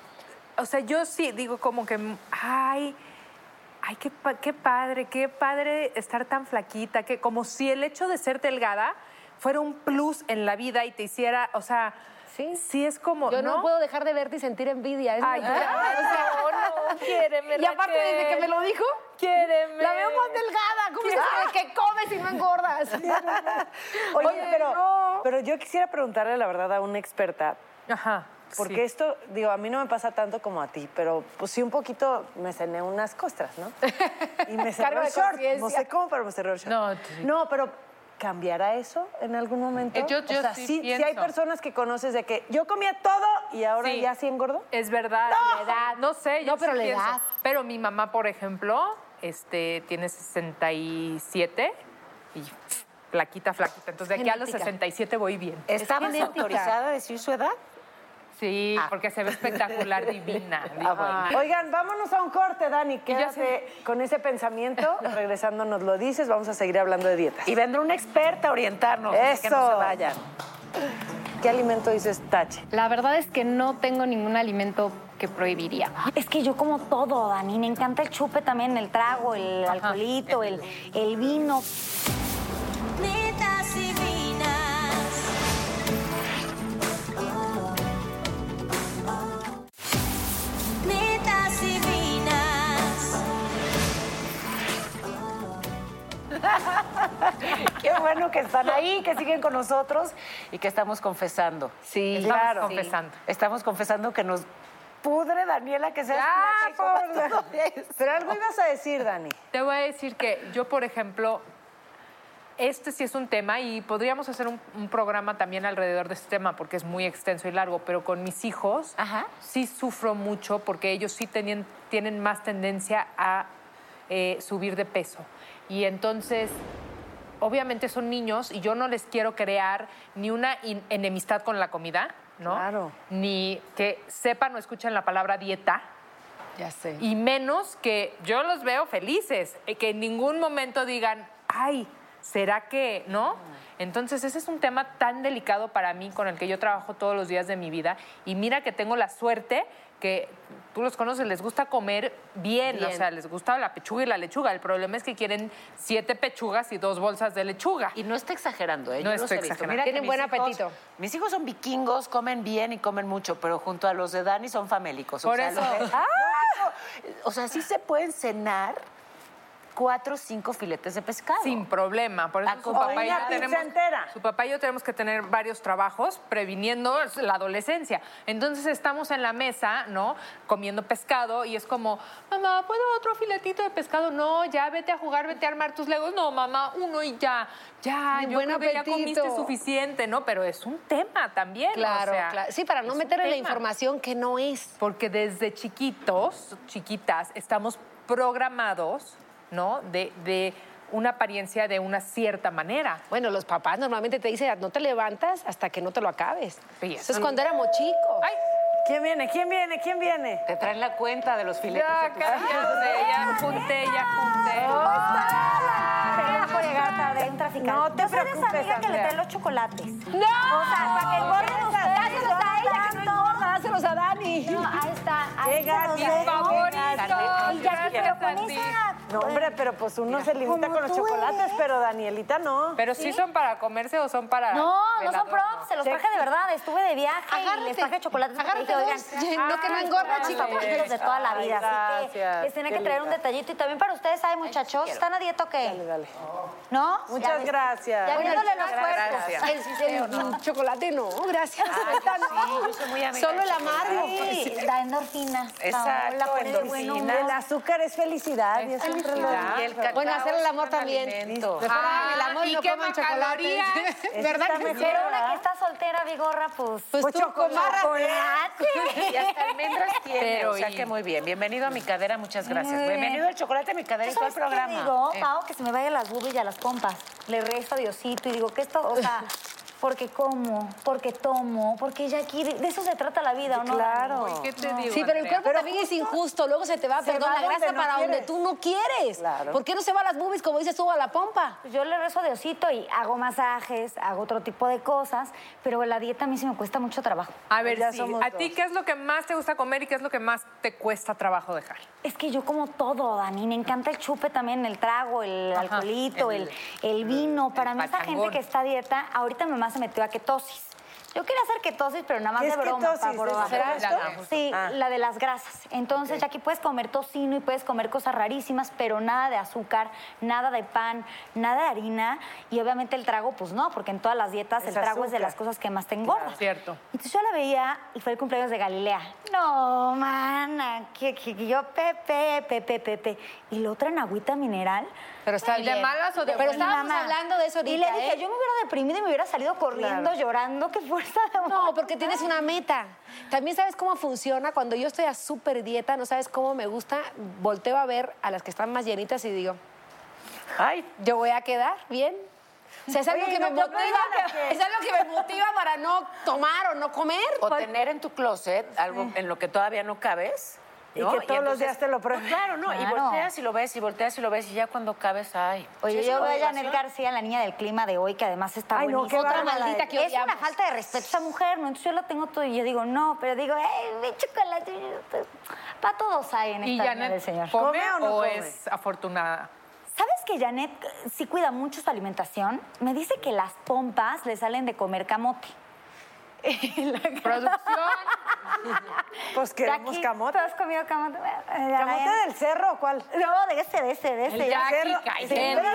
o sea, yo sí digo como que, ay, ay, qué, pa- qué padre, qué padre estar tan flaquita, que como si el hecho de ser delgada fuera un plus en la vida y te hiciera, o sea, Sí. sí es como, Yo no, ¿no? puedo dejar de verte y sentir envidia. Es Ay, muy- ya, o sea, no, quiéreme, Y aparte, Rachel. desde que me lo dijo, Quiéreme. la veo más delgada. ¿Cómo sabes que comes y no engordas? Oye, Oye, pero, no. pero yo quisiera preguntarle la verdad a una experta, Ajá. porque sí. esto, digo, a mí no me pasa tanto como a ti, pero pues sí un poquito me cené unas costras, ¿no? Y me cerró Cargo el de short. conciencia. No sé cómo, pero me cerró el short. No, sí. No, pero ¿cambiará eso en algún momento? Eh, yo- yo o sea, sí sí, sí pienso. hay personas que conoces de que yo comía todo y ahora Sí. ya sí engordo. Es verdad, la edad, no sé, yo No, pero sí la pienso. edad. Pero mi mamá, por ejemplo, este, tiene sesenta y siete y flaquita, flaquita. Entonces, de aquí a los Genética. sesenta y siete voy bien. ¿Estabas genética. autorizada a decir su edad? Sí, porque se ve espectacular, divina. divina. Oigan, vámonos a un corte, Dani. ya Quédate con ese pensamiento. Regresando nos lo dices. Vamos a seguir hablando de dietas. Y vendrá una experta a orientarnos. así que no Eso. se vayan. ¿Qué alimento dices tache? La verdad es que no tengo ningún alimento que prohibiría. Es que yo como todo, Dani. Me encanta el chupe también, el trago, el alcoholito, el, el vino. Netas divinas. Netas divinas. Qué bueno que están ahí, que siguen con nosotros y que estamos confesando. Sí, Estamos claro. confesando. Estamos confesando que nos pudre, Daniela, que seas Ya, flaca y comas por- todo eso. Pero algo ibas a decir, Dani. Te voy a decir que yo, por ejemplo, este sí es un tema y podríamos hacer un, un programa también alrededor de este tema porque es muy extenso y largo, pero con mis hijos Ajá. sí sufro mucho porque ellos sí tenían, tienen más tendencia a eh, subir de peso. Y entonces, obviamente son niños y yo no les quiero crear ni una in- enemistad con la comida, ¿no? Claro. Ni que sepan o escuchen la palabra dieta. Ya sé. Y menos que yo los veo felices, eh, que en ningún momento digan, ay, ¿será que no? Entonces ese es un tema tan delicado para mí con el que yo trabajo todos los días de mi vida. Y mira que tengo la suerte que tú los conoces, les gusta comer bien, Bien. o sea, les gusta la pechuga y la lechuga. El problema es que quieren siete pechugas y dos bolsas de lechuga. Y no está exagerando, ¿eh? No Yo los estoy he visto. exagerando. Mira que Tienen mis buen hijos- apetito. Mis hijos son vikingos, comen bien y comen mucho, pero junto a los de Dani son famélicos. O Por sea, eso. los de- ¡Ah! O sea, sí se pueden cenar cuatro o cinco filetes de pescado. Sin problema. Por eso su Acompañar papá, y yo una pizza tenemos, entera. su papá y yo tenemos que tener varios trabajos previniendo la adolescencia. Entonces estamos en la mesa, ¿no? Comiendo pescado y es como, mamá, ¿puedo otro filetito de pescado? No, ya vete a jugar, vete a armar tus legos. No, mamá, uno y ya. Ya, Bien, yo buen creo que ya apetito. comiste suficiente, ¿no? Pero es un tema también. Claro, o sea, claro. Sí, para no es un meterle la tema. información que no es. Porque desde chiquitos, chiquitas, estamos programados, ¿no? De, de una apariencia de una cierta manera. Bueno, los papás normalmente te dicen, no te levantas hasta que no te lo acabes. Sí, Eso es sí. cuando éramos chicos. ¡Ay! ¿Quién viene? ¿Quién viene? ¿Quién viene? Te traen la cuenta de los filetes Ya, de tus cállate, ya junté, ya junté. Perdón por llegar tarde en tráfico. No te Yo soy de esa preocupes, amiga que le Andrea. trae los chocolates. ¡No! O sea, para que engorden ustedes. Dáselo a ella que no engorda, dáselo Qué ganas. Mis favoritos. Ay, Jackie, pero con esa... No, hombre, pero pues uno se limita con los tú chocolates, eres. pero Danielita no. Pero sí son para comerse o son para... No, no son velador, props, se los traje de verdad. Estuve de viaje y les traje chocolates. porque Agárrate dije, dos. oigan, No, que no engorda, los chica. favoritos de toda la Ay, vida. Así que gracias. les tenía Qué que traer un linda. detallito. Y también para ustedes, ¿saben, muchachos? ¿Están a dieta o qué? Dale, dale. ¿No? Muchas Ya ves- gracias. Ya Bueno, viéndole los gracias. cuerpos. El, el chocolate no, gracias. Neta, no. Sí, yo soy muy amiga Solo del el amargo. Sí, da endorfina. Exacto, La pone de buen endorfina. humor. El azúcar es felicidad. y es siempre lo Y el cacao Bueno, hacer el es amor un también. alimento. Mejor hagan el amor y, y no quema coman chocolate. calorías. ¿Verdad está que mejor. sí? Pero una que está soltera, Vigorra, pues... Pues, Pues tú, chocolate. chocolate. Y hasta almendras tiene, Pero o sea y- que muy bien. Bienvenido a mi cadera, muchas gracias. Muy bien. Bienvenido al chocolate a mi cadera y todo el ¿Sabes qué programa. digo, Eh. Pau? Que se me vayan las boobies y a las pompas. Le rezo a Diosito y digo que esto, o sea, porque como, porque tomo, porque ya aquí, de, de eso se trata la vida, ¿o no? Claro. Dani? ¿Qué te digo, Sí, pero el Andrea? cuerpo también es injusto. Luego se te va, Se perdón, va la donde grasa no para donde quieres. tú no quieres. Claro. ¿Por qué no se va a las boobies, como dices tú, a la pompa? Yo le rezo a Diosito y hago masajes, hago otro tipo de cosas, pero la dieta a mí sí me cuesta mucho trabajo. A ver, Ya sí. somos ¿A ti dos. qué es lo que más te gusta comer y qué es lo que más te cuesta trabajo dejar? Es que yo como todo, Dani. Me encanta el chupe también, el trago, el Ajá, alcoholito, el- el, el vino. Para el mí, esa pachangón. gente que está a dieta, ahorita mi mamá se metió a ketosis. Yo quería hacer ketosis, pero nada más ¿Qué de es broma. ketosis? pa' broma. ¿Es ¿Será esto? Sí, Ah. la de las grasas. Entonces, ya aquí puedes comer tocino y puedes comer cosas rarísimas, pero nada de azúcar, nada de pan, nada de harina. Y obviamente el trago, pues no, porque en todas las dietas Es el trago es de azúcar. las cosas que más te engordan. Cierto. Entonces yo la veía y fue el cumpleaños de Galilea. No, mana, que, que- que yo Pepe, Pepe, Pepe. Y lo otra en agüita mineral. Pero está ¿Y de bien. malas o de Pero buenas? estábamos Mamá. hablando de eso ahorita, Y le dije, ¿eh? yo me hubiera deprimido y me hubiera salido corriendo, Claro. llorando. ¡Qué fuerza de No, amor! porque tienes una meta. También sabes cómo funciona. Cuando yo estoy a súper dieta, no sabes cómo me gusta, volteo a ver a las que están más llenitas y digo, Ay, yo voy a quedar bien. O sea, es algo Oye, que no me te motiva, preocupes, que- es algo que me motiva para no tomar o no comer. o tener en tu closet algo en lo que todavía no cabes. Y ¿no? que todos los días te lo pues, pruebes. Claro, no, y Claro. volteas y lo ves, y volteas y lo ves, y ya cuando cabes, ay. Oye, sí, yo es una veo a Janet obligación. García, la niña del clima de hoy, que además está Ay, no, buenísima. qué Otra bárbara. maldita que Es una odiamos. falta de respeto a esa mujer, ¿no? Entonces yo la tengo todo y yo digo, no, pero digo, ¡ey, mi chocolate! Para todos hay en ¿Y esta vida Janet del Señor. come ¿Come o no o come? es afortunada? ¿Sabes que Janet eh, sí cuida mucho su alimentación? Me dice que las pompas le salen de comer camote. Producción. Pues queremos Jackie, camote. ¿tú has comido camote? Eh, ¿Camote del cerro o cuál? No, de ese, de ese, de ese. El Jackie, cerro. cállate. Sí,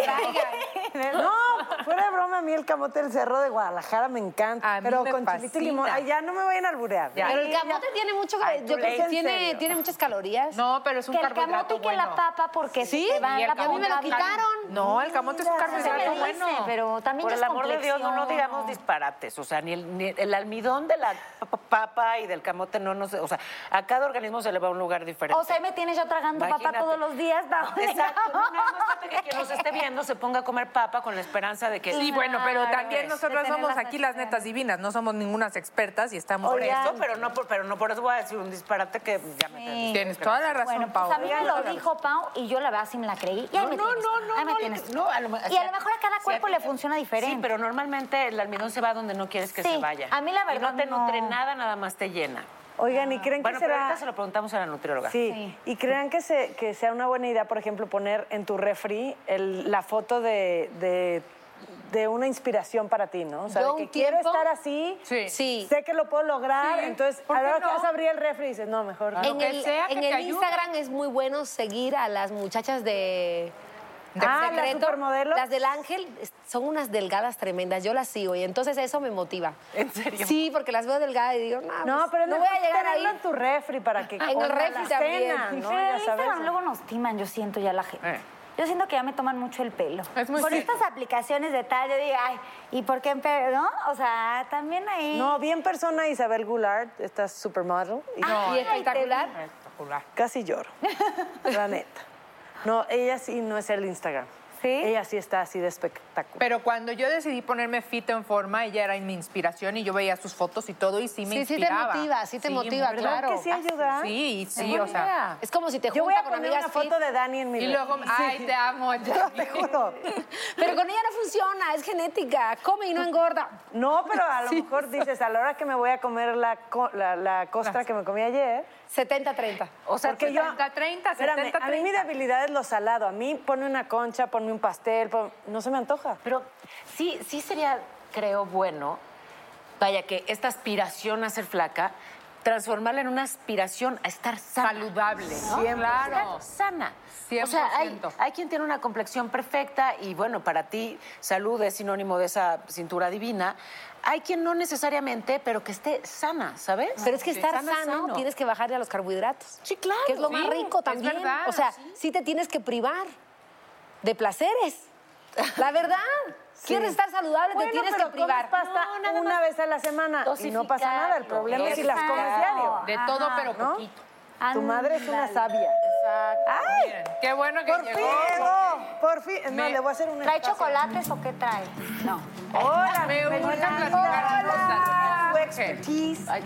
pero- No, fuera de broma, a mí el camote del cerro de Guadalajara me encanta. A mí pero me con chilito y limón. fascina. Ay, ya no me vayan a alburear. Ya. Pero el camote tiene mucho, Ay, yo tú creo le- que ¿en tiene, serio? tiene muchas calorías. No, pero es un Que el carbohidrato camote y que bueno. la papa, porque ¿Sí? se te va Y el la a mí me lo pompa. quitaron. No, el camote es un Eso se me carbohidrato dice, bueno. pero también Por ya el es amor de Dios, no, no complexión. digamos disparates. O sea, ni el, ni el almidón de la pa- papa y del camote no nos... O sea, a cada organismo se le va a un lugar diferente. O sea, ahí me tienes yo tragando papa Imagínate. todos los días. bajo de Exacto. No, agua. nada más falta que quien nos esté viendo se ponga a comer papa con la esperanza de que... Sí, bueno, pero Claro, también de nosotros tener somos las aquí las actividades. netas divinas, no somos ningunas expertas y estamos... Por Oigan. eso, pero no por, pero no por eso voy a decir un disparate que ya me Sí. Tienes toda la razón, Bueno, Pau. pues a mí me lo dijo Pau y yo la verdad sí me la creí. Y ahí No, me no, tienes. no, no, Ahí me no, tienes. no, a lo me- Y a lo mejor a cada sí, cuerpo a ti le te- funciona diferente. Sí, pero normalmente el almidón se va donde no quieres que Sí, se vaya. a mí la Y verdad no te no. nutre nada, nada más te llena. Oigan, ¿y creen Bueno, que pero será...? ahorita se lo preguntamos a la nutrióloga. Sí. Sí. ¿Y crean que, se, que sea una buena idea, por ejemplo, poner en tu refri el- la foto de, de, de una inspiración para ti, ¿no? O sea, Yo de que un quiero tiempo- estar así, Sí. Sí. sé que lo puedo lograr, Sí, entonces ¿por a qué la hora que no? vas a abrir el refri dices, no, mejor... En que el, sea que en te el ayude. Instagram es muy bueno seguir a las muchachas de... de Ah, ¿las Secreto. supermodelos? Las del Ángel son unas delgadas tremendas, yo las sigo y entonces eso me motiva. ¿En serio? Sí, porque las veo delgadas y digo, no, No, pues, pero no es voy a mejor llegar ahí. tenerlo en tu refri para que... En el o la refri también. cena, ¿no? Pero Ya en sabes. Instagram luego nos timan, yo siento ya la gente. Eh. Yo siento que ya me toman mucho el pelo. Es muy Con cierto. estas aplicaciones de tal, yo digo, ay, ¿y por qué empe- no? O sea, también ahí... No, bien persona Isabel Goulart, esta supermodel, y Y espectacular. Espectacular. casi lloro, la neta. No, ella sí no es el Instagram. ¿Sí? Ella sí está así de espectacular. Pero cuando yo decidí ponerme fit en forma, ella era mi inspiración y yo veía sus fotos y todo y sí me sí, inspiraba. Sí, te motiva, sí te motiva, ¿verdad? claro. ¿Que sí ayuda? Sí, sí, es o sea. Es como si te juntas Yo voy a con poner amigas una foto fit. de Dani en mi Y red. luego, ay, te amo. No, te juro. Pero con ella no funciona, es genética. Come y no engorda. No, pero a lo Sí. mejor dices, a la hora que me voy a comer la, co- la, la costra que me comí ayer... setenta treinta. O sea, porque yo... setenta treinta, Espérame, setenta a mí mi treinta. debilidad es lo salado. A mí ponme una concha, ponme un pastel, pon- no se me antoja. Pero sí, sí sería, creo, bueno, vaya, que esta aspiración a ser flaca, transformarla en una aspiración a estar sana. Saludable. ¿no? Siempre. Claro. Estar sana. cien O por ciento. sea, hay, hay quien tiene una complexión perfecta y, bueno, para ti salud es sinónimo de esa cintura divina. Hay quien no necesariamente, pero que esté sana, ¿sabes? Pero es que estar Sana, sano, sano. tienes que bajarle a los carbohidratos. Sí, claro. Que es lo más Sí, rico es también. verdad, O sea, sí. sí. te tienes que privar de placeres. La verdad. ¿Quieres estar saludable? Bueno, te tienes pero que privar. comes pasta No, nada una más vez a la semana y no pasa dosificar, nada. El problema es si las comes Exacto. diario. De todo, Ajá, pero ¿no? poquito. Tu madre es una Ándale. sabia. Exacto. ¡Ay! Miren, qué bueno que Por llegó. fin llegó. Por fin. No, Me- le voy a hacer una. ¿Trae chocolates o qué trae? No. Hola, Me gusta bienvenida. platicar Hola. cosas. Tu expertise. Ay,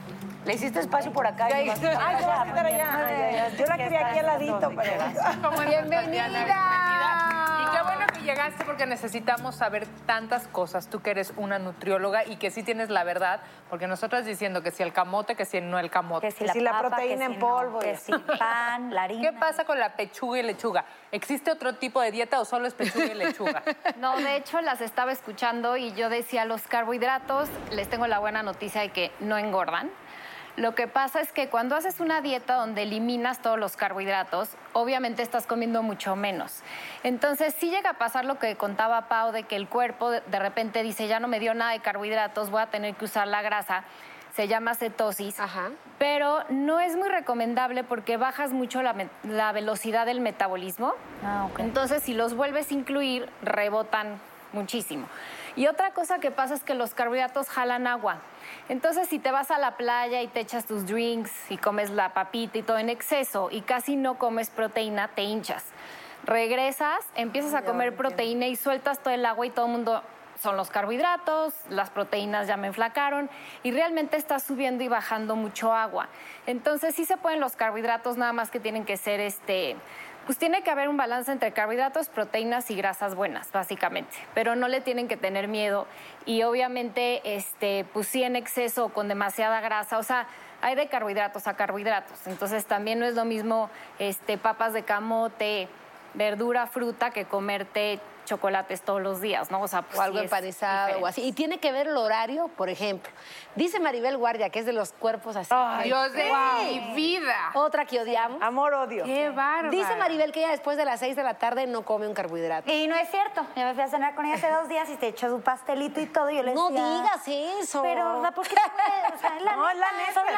le hiciste espacio por acá. Ay, y te vas a quitar allá. Ay, ay, ay. Yo la quería aquí al ladito, pero... ¿Cómo estás, Bienvenida. Tatiana? Bienvenida. Y qué bueno que llegaste porque necesitamos saber tantas cosas. Tú que eres una nutrióloga y que sí tienes la verdad, porque nosotras diciendo que si el camote, que si no el camote. Que si Que la, si la papa, proteína que en si no, polvo y que así. si pan, la harina. ¿Qué pasa con la pechuga y lechuga? ¿Existe otro tipo de dieta o solo es pechuga y lechuga? No, de hecho las estaba escuchando y yo decía, los carbohidratos, les tengo la buena noticia de que no engordan. Lo que pasa es que cuando haces una dieta donde eliminas todos los carbohidratos, obviamente estás comiendo mucho menos. Entonces sí llega a pasar lo que contaba Pau, de que el cuerpo de de repente dice, ya no me dio nada de carbohidratos, voy a tener que usar la grasa. Se llama cetosis, Ajá. pero no es muy recomendable porque bajas mucho la, me- la velocidad del metabolismo. Ah, ok. Entonces, si los vuelves a incluir, rebotan muchísimo. Y otra cosa que pasa es que los carbohidratos jalan agua. Entonces, si te vas a la playa y te echas tus drinks y comes la papita y todo en exceso y casi no comes proteína, te hinchas. Regresas, empiezas a comer proteína y sueltas todo el agua y todo el mundo... Son los carbohidratos, las proteínas ya me enflacaron y realmente estás subiendo y bajando mucho agua. Entonces sí se pueden los carbohidratos, nada más que tienen que ser este... Pues tiene que haber un balance entre carbohidratos, proteínas y grasas buenas, básicamente. Pero no le tienen que tener miedo. Y obviamente, este, pues sí en exceso o con demasiada grasa. O sea, hay de carbohidratos a carbohidratos. Entonces también no es lo mismo este, papas de camote, verdura, fruta, que comerte chocolates todos los días, ¿no? O sea, pues O algo sí es empanizado o diferente. así. Y tiene que ver el horario, por ejemplo. Dice Maribel Guardia, que es de los cuerpos así. Ay, Dios de Wow. mi vida. Otra que odiamos. Amor, odio. Qué bárbaro. Dice Maribel que ella después de las seis de la tarde no come un carbohidrato. Y no es cierto. Yo me fui a cenar con ella hace dos días y te echó su pastelito y todo. Y yo le No decía, digas eso. Pero, ¿verdad? ¿Por qué te puedes? O sea, es la No, es la neta. son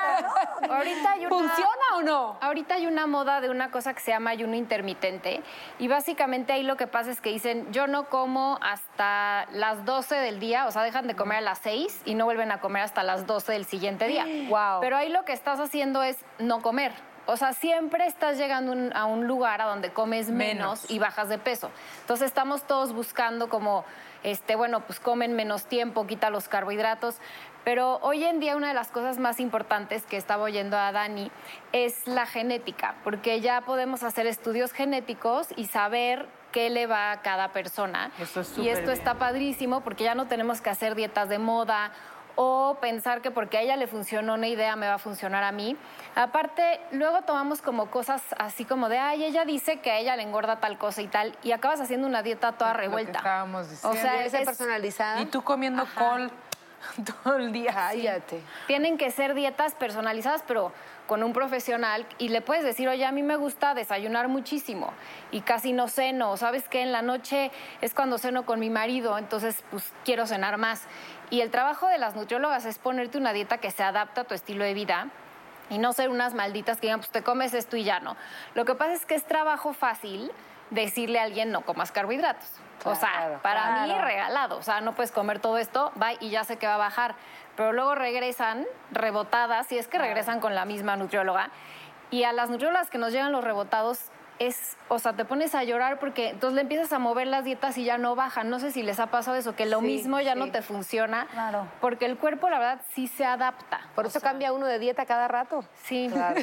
la- ¿no? Ahorita hay una... ¿Funciona o no? Ahorita hay una moda de una cosa que se llama ayuno intermitente y básicamente ahí lo que pasa es que dicen yo no como hasta las doce del día, o sea, dejan de comer a las seis y no vuelven a comer hasta las doce del siguiente día. Wow. Pero ahí lo que estás haciendo es no comer. O sea, siempre estás llegando un- a un lugar a donde comes menos, Menos. y bajas de peso. Entonces estamos todos buscando como, este, bueno, pues comen menos tiempo, quita los carbohidratos. Pero hoy en día una de las cosas más importantes que estaba oyendo a Dani es la genética, porque ya podemos hacer estudios genéticos y saber qué le va a cada persona. Eso es y súper esto bien. está padrísimo porque ya no tenemos que hacer dietas de moda o pensar que porque a ella le funcionó una idea me va a funcionar a mí. Aparte, luego tomamos como cosas así como de, ay, ella dice que a ella le engorda tal cosa y tal, y acabas haciendo una dieta toda Lo que revuelta. estábamos O diciendo. sea, Debe ser es- personalizada. Y tú comiendo col todo el día. Cállate. tienen que ser dietas personalizadas, pero con un profesional y le puedes decir, oye, a mí me gusta desayunar muchísimo y casi no ceno. ¿Sabes qué? En la noche es cuando ceno con mi marido, entonces pues quiero cenar más. Y el trabajo de las nutriólogas es ponerte una dieta que se adapta a tu estilo de vida y no ser unas malditas que digan, pues te comes esto y ya no. Lo que pasa es que es trabajo fácil decirle a alguien no comas carbohidratos. O sea, Claro, para mí claro. regalado. O sea, no puedes comer todo esto, va y ya sé que va a bajar. Pero luego regresan rebotadas, y es que regresan con la misma nutrióloga. Y a las nutriólogas que nos llegan los rebotados, es, o sea, te pones a llorar porque entonces le empiezas a mover las dietas y ya no bajan. No sé si les ha pasado eso, que lo Sí, mismo ya sí. no te funciona. Claro. Porque el cuerpo, la verdad, sí se adapta. Por eso cambia uno de dieta cada rato. Sí. Claro.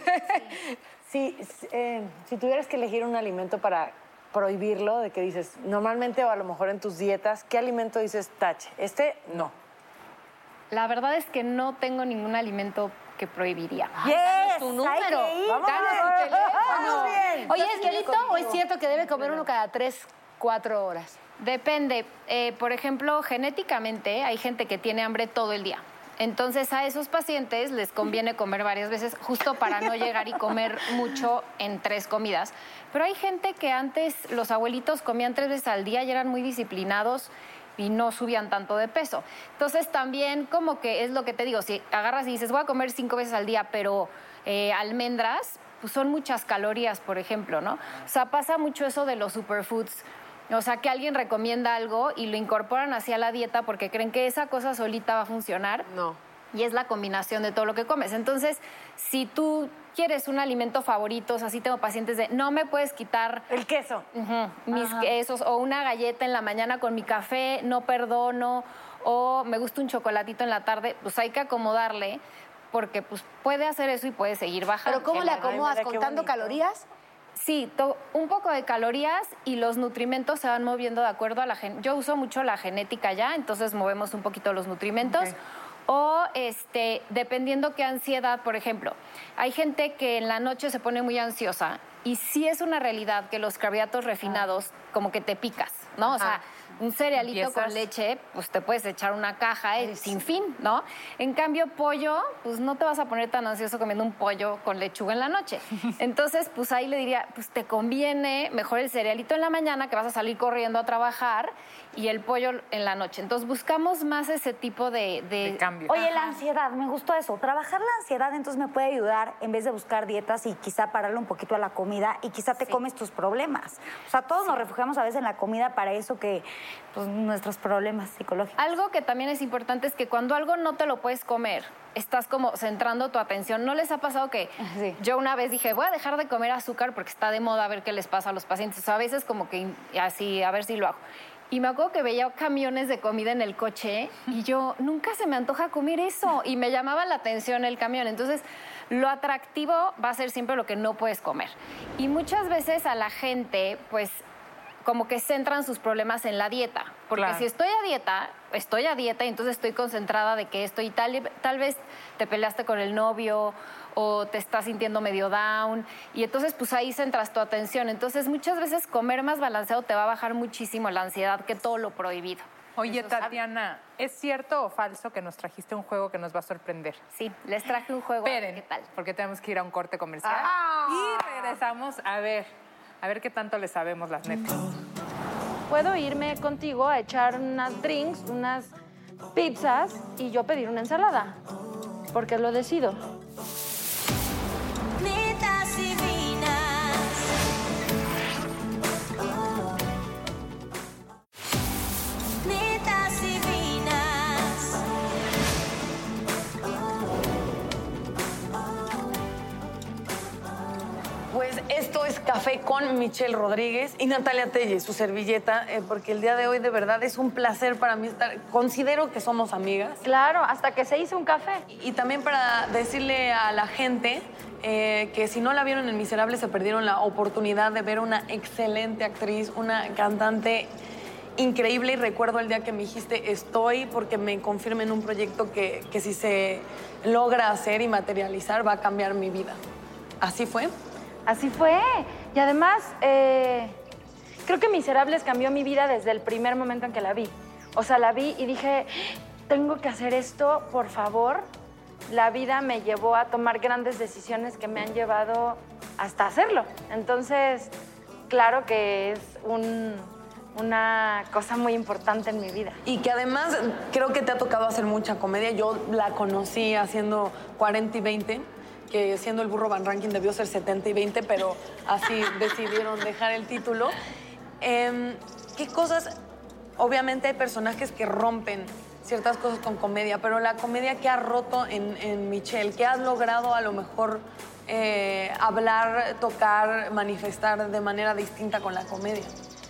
Sí, s- eh, si tuvieras que elegir un alimento para prohibirlo, de que dices, normalmente o a lo mejor en tus dietas, ¿qué alimento dices, tache? Este, no. La verdad es que no tengo ningún alimento que prohibiría. Yes, Danos tu hay número. que ir. Vamos Danos bien. tu teléfono. Vamos bien. Oye, Yo ¿es quiero mito contigo. o es cierto que debe comer uno cada tres, cuatro horas? Depende. Eh, por ejemplo, genéticamente hay gente que tiene hambre todo el día. Entonces a esos pacientes les conviene comer varias veces justo para no llegar y comer mucho en tres comidas. Pero hay gente que antes los abuelitos comían tres veces al día y eran muy disciplinados y no subían tanto de peso. Entonces también como que es lo que te digo, si agarras y dices voy a comer cinco veces al día, pero eh, almendras, pues son muchas calorías, por ejemplo, ¿no? O sea, pasa mucho eso de los superfoods. O sea, que alguien recomienda algo y lo incorporan hacia la dieta porque creen que esa cosa solita va a funcionar. No. Y es la combinación de todo lo que comes. Entonces, si tú quieres un alimento favorito, o sea, sí tengo pacientes de, no me puedes quitar... El queso. Ujú, mis Ajá. quesos, o una galleta en la mañana con mi café, no perdono, o me gusta un chocolatito en la tarde, pues hay que acomodarle, porque pues puede hacer eso y puede seguir bajando. ¿Pero cómo le acomodas? mira qué ¿Contando bonito. calorías? Sí, to- un poco de calorías y los nutrimentos se van moviendo de acuerdo a la gen. Yo uso mucho la genética ya, entonces movemos un poquito los nutrimentos. Ok. O este, dependiendo qué ansiedad, por ejemplo, hay gente que en la noche se pone muy ansiosa y sí es una realidad que los carbohidratos refinados como que te picas, ¿no? O sea, Ajá. un cerealito Empiezas. con leche, pues te puedes echar una caja eh, sin fin, ¿no? En cambio, pollo, pues no te vas a poner tan ansioso comiendo un pollo con lechuga en la noche. Entonces, pues ahí le diría, pues te conviene mejor el cerealito en la mañana, que vas a salir corriendo a trabajar, y el pollo en la noche. Entonces, buscamos más ese tipo de... de- De cambio. Oye, la ansiedad, me gustó eso. Trabajar la ansiedad entonces me puede ayudar en vez de buscar dietas y quizá pararle un poquito a la comida y quizá te comes tus problemas. O sea, todos nos refugiamos a veces en la comida para eso que, pues, nuestros problemas psicológicos. Algo que también es importante es que cuando algo no te lo puedes comer, estás como centrando tu atención. ¿No les ha pasado que Sí. yo una vez dije, voy a dejar de comer azúcar porque está de moda a ver qué les pasa a los pacientes? O sea, a veces como que así, a ver si lo hago. Y me acuerdo que veía camiones de comida en el coche y yo, nunca se me antoja comer eso. Y me llamaba la atención el camión. Entonces, lo atractivo va a ser siempre lo que no puedes comer. Y muchas veces a la gente, pues, como que centran sus problemas en la dieta. Porque Claro. si estoy a dieta, estoy a dieta y entonces estoy concentrada de que esto y tal, tal vez te peleaste con el novio o te estás sintiendo medio down y entonces pues ahí centras tu atención. Entonces muchas veces comer más balanceado te va a bajar muchísimo la ansiedad que todo lo prohibido. Oye, Tatiana, ¿es cierto o falso que nos trajiste un juego que nos va a sorprender? Sí, les traje un juego. a ver Esperen, ¿Qué tal? porque tenemos que ir a un corte comercial. Ah. Y regresamos a ver, a ver qué tanto le sabemos las netas. Puedo irme contigo a echar unas drinks, unas pizzas y yo pedir una ensalada, porque lo decido. Netas divinas. Netas divinas. Pues esto es Café con Michelle Rodríguez y Natalia Telle, su servilleta, eh, porque el día de hoy de verdad es un placer para mí estar, considero que somos amigas. Claro, hasta que se hizo un café. Y también para decirle a la gente eh, que si no la vieron en Miserable se perdieron la oportunidad de ver una excelente actriz, una cantante increíble. Y recuerdo el día que me dijiste estoy porque me confirmen un proyecto que, que si se logra hacer y materializar va a cambiar mi vida. ¿Así fue? Así fue. Y además, eh, creo que Miserables cambió mi vida desde el primer momento en que la vi. O sea, la vi y dije, tengo que hacer esto, por favor. La vida me llevó a tomar grandes decisiones que me han llevado hasta hacerlo. Entonces, claro que es un, una cosa muy importante en mi vida. Y que además creo que te ha tocado hacer mucha comedia. Yo la conocí haciendo cuarenta y veinte, que siendo el burro Van Ranking debió ser setenta y veinte, pero así decidieron dejar el título. Eh, ¿Qué cosas? Obviamente hay personajes que rompen ciertas cosas con comedia, pero la comedia que ha roto en, en Michelle, que has logrado a lo mejor eh, hablar, tocar, manifestar de manera distinta con la comedia.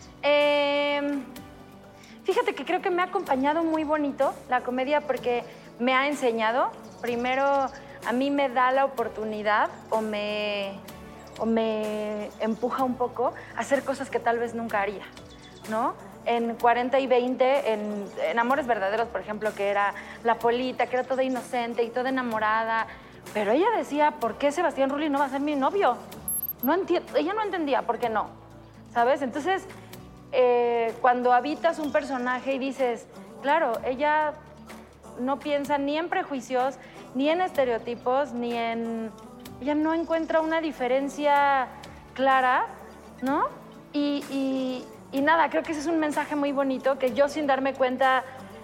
Eh, fíjate que creo que me ha acompañado muy bonito la comedia porque me ha enseñado. Primero, a mí me da la oportunidad o me, o me empuja un poco a hacer cosas que tal vez nunca haría, ¿no? En cuarenta y veinte, en, en Amores Verdaderos, por ejemplo, que era la Polita, que era toda inocente y toda enamorada, pero ella decía, ¿por qué Sebastián Rulli no va a ser mi novio? No enti- ella no entendía por qué no, ¿sabes? Entonces, eh, cuando habitas un personaje y dices, claro, ella no piensa ni en prejuicios, ni en estereotipos, ni en... Ella no encuentra una diferencia clara, ¿no? Y, y, y nada, creo que ese es un mensaje muy bonito que yo sin darme cuenta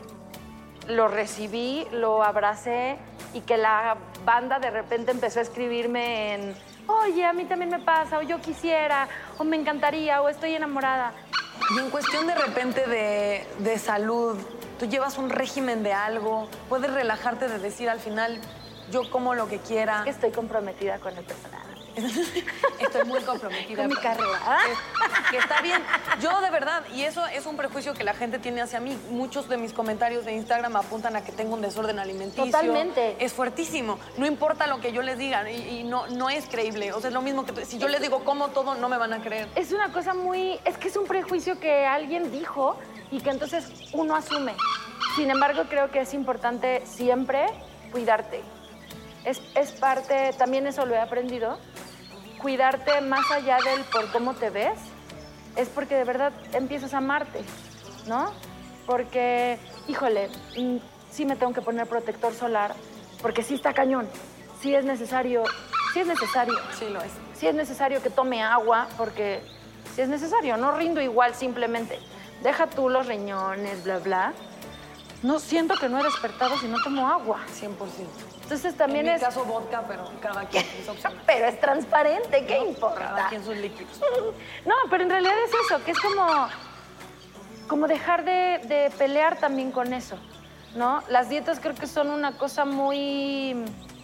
lo recibí, lo abracé y que la banda de repente empezó a escribirme en oye, a mí también me pasa, o yo quisiera, o me encantaría, o estoy enamorada. Y en cuestión de repente de, de salud, tú llevas un régimen de algo, puedes relajarte de decir al final, yo como lo que quiera. Es que estoy comprometida con el personal. Estoy muy comprometida con mi carrera. Que, que está bien. Yo de verdad, y eso es un prejuicio que la gente tiene hacia mí. Muchos de mis comentarios de Instagram apuntan a que tengo un desorden alimenticio. Totalmente. Es fuertísimo. No importa lo que yo les diga y, y no, no es creíble. O sea, es lo mismo que si yo les digo como todo, no me van a creer. Es una cosa muy... Es que es un prejuicio que alguien dijo y que entonces uno asume. Sin embargo, creo que es importante siempre cuidarte. Es, es parte, también eso lo he aprendido, cuidarte más allá del por cómo te ves, es porque de verdad empiezas a amarte, ¿no? Porque, híjole, sí me tengo que poner protector solar, porque sí está cañón, sí es necesario, sí es necesario. Sí lo es. Sí es necesario que tome agua, porque sí es necesario, no rindo igual simplemente. Deja tú los riñones, bla, bla. No siento que no he despertado si no tomo agua. cien por ciento. Entonces también en es... En mi caso vodka, pero cada quien es opcional. Pero es transparente, ¿qué no, importa? Cada quien sus líquidos. No, pero en realidad es eso, que es como... Como dejar de, de pelear también con eso, ¿no? Las dietas creo que son una cosa muy...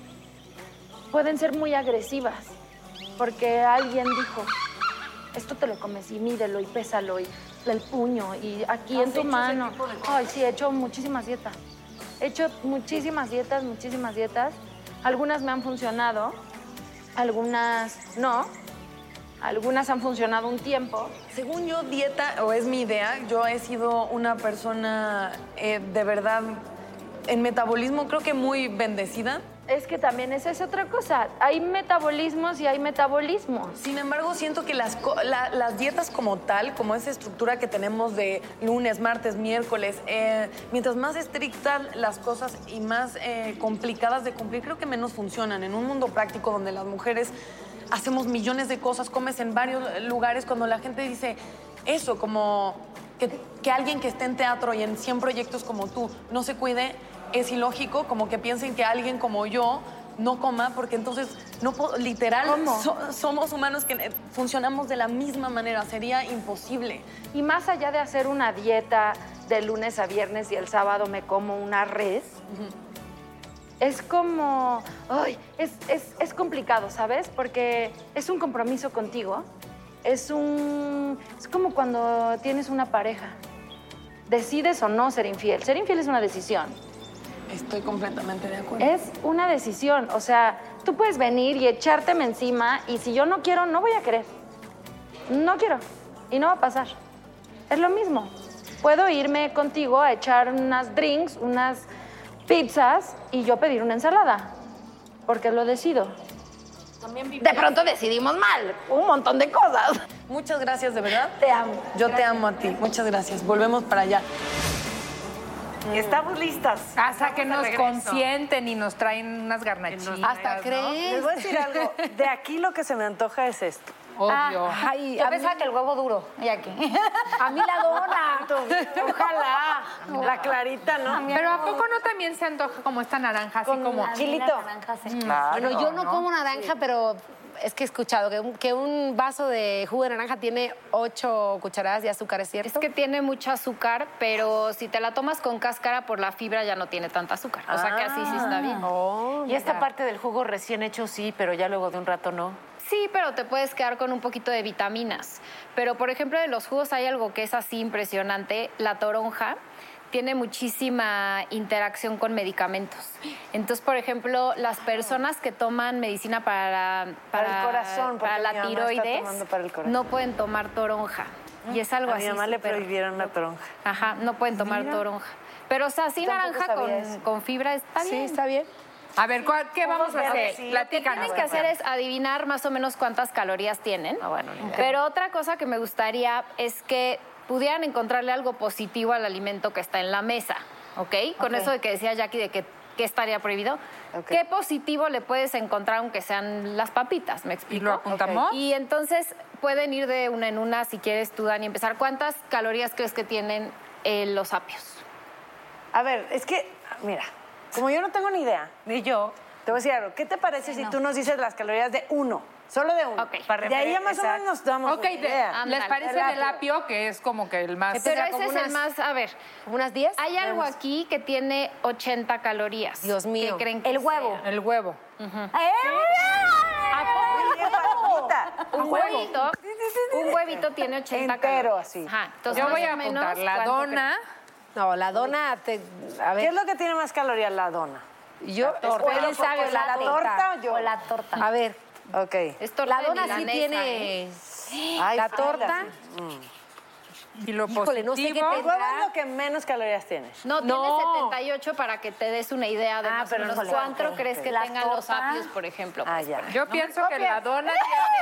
Pueden ser muy agresivas, porque alguien dijo, esto te lo comes y mídelo y pésalo y el puño y aquí en tu mano. Ay, sí, he hecho muchísimas dietas. He hecho muchísimas dietas, muchísimas dietas. Algunas me han funcionado, algunas no. Algunas han funcionado un tiempo. Según yo, dieta, o es mi idea, yo he sido una persona eh, de verdad en metabolismo creo que muy bendecida. Es que también esa es otra cosa. Hay metabolismos y hay metabolismos. Sin embargo, siento que las, la, las dietas como tal, como esa estructura que tenemos de lunes, martes, miércoles, eh, mientras más estrictas las cosas y más eh, complicadas de cumplir, creo que menos funcionan. En un mundo práctico donde las mujeres hacemos millones de cosas, comes en varios lugares, cuando la gente dice eso, como que, que alguien que esté en teatro y en cien proyectos como tú no se cuide, es ilógico, como que piensen que alguien como yo no coma, porque entonces, no puedo, literal, so, somos humanos que funcionamos de la misma manera, sería imposible. Y más allá de hacer una dieta de lunes a viernes y el sábado me como una res, uh-huh. es como, ay, es, es, es complicado, ¿sabes? Porque es un compromiso contigo, es un, es como cuando tienes una pareja, decides o no ser infiel, ser infiel es una decisión. Estoy completamente de acuerdo. Es una decisión, o sea, tú puedes venir y echárteme encima y si yo no quiero, no voy a querer. No quiero y no va a pasar. Es lo mismo. Puedo irme contigo a echar unas drinks, unas pizzas y yo pedir una ensalada, porque lo decido. También de pronto decidimos mal, un montón de cosas. Muchas gracias, de verdad. Te amo. Yo gracias. Te amo a ti. Muchas gracias. Volvemos para allá. Estamos listas. Hasta que nos consienten y nos traen unas garnachitas. Hasta creen. Les voy a decir algo. De aquí lo que se me antoja es esto. Obvio. Ah, Ay, yo a pensaba mí- que el huevo duro. Y aquí. A mí la dona. Ojalá. La clarita, ¿no? Pero ¿a poco no también se antoja como esta naranja, así como A mí la chilito. naranja, sí. Bueno, yo no, como naranja, pero es que he escuchado que un, que un vaso de jugo de naranja tiene ocho cucharadas de azúcar, ¿es cierto? Es que tiene mucho azúcar, pero si te la tomas con cáscara por la fibra ya no tiene tanta azúcar. O sea que así sí está bien. Oh, Y esta mira. parte del jugo recién hecho sí, pero ya luego de un rato no. Sí, pero te puedes quedar con un poquito de vitaminas. Pero, por ejemplo, de los jugos hay algo que es así impresionante. La toronja tiene muchísima interacción con medicamentos. Entonces, por ejemplo, las personas que toman medicina para, Para el corazón, porque para mi la mamá está tiroides, tomando para el corazón. no pueden tomar toronja. Y es algo A así. mi mamá le súper- prohibieron la toronja. Ajá, no pueden tomar toronja. Pero, o sea, sí Yo tampoco naranja sabía con, eso. con fibra está bien. Sí, está bien. A ver, ¿cuál- ¿qué vamos a hacer? Ok, Lo que Platícanos. tienen que hacer es adivinar más o menos cuántas calorías tienen. Ah, bueno, ni idea. Pero otra cosa que me gustaría es que pudieran encontrarle algo positivo al alimento que está en la mesa, ¿ok? Con Ok. eso de que decía Jackie de que, que estaría prohibido. Ok. ¿Qué positivo le puedes encontrar aunque sean las papitas? ¿Me explico? ¿Y lo apuntamos? Y entonces pueden ir de una en una, si quieres tú, Dani, empezar. ¿Cuántas calorías crees que tienen eh, los apios? A ver, es que, mira, como yo no tengo ni idea, Ni yo. te voy a decir algo. ¿Qué te parece si tú nos dices las calorías de uno? Solo de uno. Ok. De ahí ya más o menos nos damos Ok, una de- idea. ¿les Ándale. parece El del apio, que es como que el más... Pero sea, ese como es el unas- más, a ver, ¿Como unas diez? hay algo aquí que tiene ochenta calorías. Dios mío. ¿Qué creen que El huevo. sea? El huevo. ¡Eh! Oye, palomita, Un huevito, un huevito tiene ochenta Entero, calorías. así. Ajá, entonces Yo más voy a o menos, apuntar la ¿cuánto dona. No, la dona, te, a ¿Qué ver, es lo que tiene más calorías? La dona. yo, torta. ¿quién sabe? ¿La La torta o yo? O la torta. A ver, Ok. crees? Es torta la de dona sí milanesa, tiene... ¿eh? Ay, La fala, torta, sí. Y lo Híjole, no sé qué positivo... El huevo es lo que menos calorías tiene. No, No. tiene setenta y ocho para que te des una idea de Ah, más pero o menos híjole, cuánto ok, crees ok. que La tengan los torta. apios, por ejemplo. Ah, pues, ya. por Yo pienso que la dona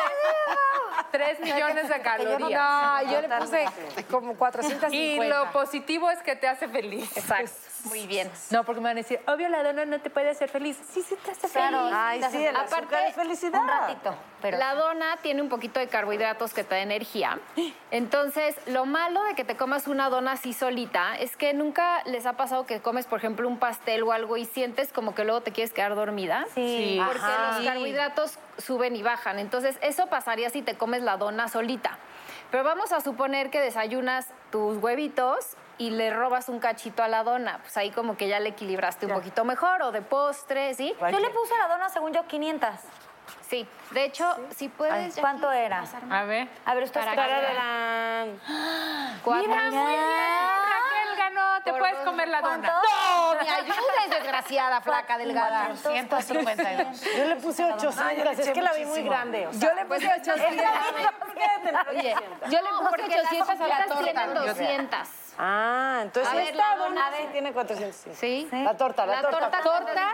tiene tres millones de calorías. no, yo le puse como cuatrocientos Y cincuenta. lo positivo es que te hace feliz. Exacto, muy bien. No, porque me van a decir, obvio, la dona no te puede hacer feliz. Sí, sí te hace Claro, feliz. Ay, sí, el Aparte, azúcar es felicidad. Un ratito. Pero La dona tiene un poquito de carbohidratos que te da energía. Entonces, lo malo de que te comas una dona así solita es que nunca les ha pasado que comes, por ejemplo, un pastel o algo y sientes como que luego te quieres quedar dormida. Sí. Porque Ajá. los carbohidratos suben y bajan. Entonces, eso pasaría si te comes la dona solita. Pero vamos a suponer que desayunas tus huevitos y le robas un cachito a la dona. Pues ahí como que ya le equilibraste un poquito mejor, o de postre, ¿sí? yo le puse a la dona, según yo, quinientas. Sí. De hecho, si puedes... Jackie, ¿Cuánto era? A ver. A ver, esto es Para para... que- Tarararán. Cuatro. Mira, muy bien. Raquel ganó. Te Por puedes dos. comer la dona. No, me ayudes, desgraciada, flaca, delgada. ciento cincuenta y dos. Yo le puse ochocientos, es que la vi muy grande. O sea, Yo le puse ochocientos. ¿por qué debe tener Oye, ochocientos? yo le puse Porque las ochocientos a la papitas torta. tienen doscientos. Ah, entonces A ver, esta la dona dona, sí sí. tiene cuatrocientos. Sí. ¿Sí? La torta, la, La torta. torta, torta.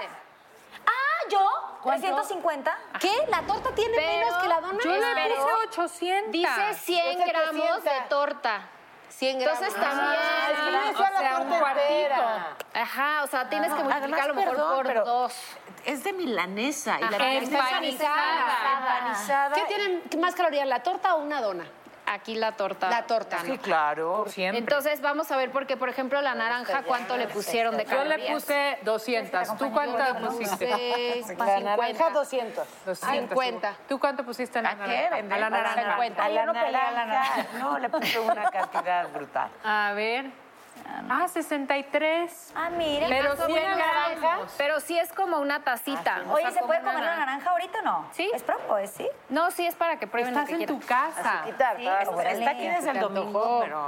Ah, ¿yo? trescientos cincuenta. ¿Qué? ¿La torta tiene Pero menos que la dona? Yo le Pero- puse ochocientos. Dice cien Yo gramos de setecientos. torta. cien gramos. Entonces también... Ah, es que no O decía la sea, torta un cuartito. entera. Ajá, o sea, tienes que multiplicar a lo mejor perdón, por pero- dos. Es de milanesa. Y la Ajá, milanesa empanizada. empanizada. ¿Qué tienen más calorías, la torta o una dona? Aquí la torta. La torta. Sí, claro. Siempre. Entonces vamos a ver porque, por ejemplo, la naranja, ¿cuánto le pusieron de Yo calorías? le puse doscientos. ¿Tú cuánto pusiste? La naranja, doscientos. doscientos. cincuenta. ¿Tú cuánto pusiste en la ¿A qué? naranja? Vende- A la a la naranja. naranja. A la naranja. No, le puse una cantidad brutal. A ver. Ah, sesenta y tres. Ah, mire. Pero Más o cien menos, gramos. Pero sí es como una tacita. o Oye, sea, ¿se como puede una comer la naranja. naranja ahorita o no? Sí. Es propio, ¿eh? ¿Sí? No, sí es para que prueben Estás lo que en tu quieran. casa. Quitar, claro. órale. Está aquí desde el domingo, pero...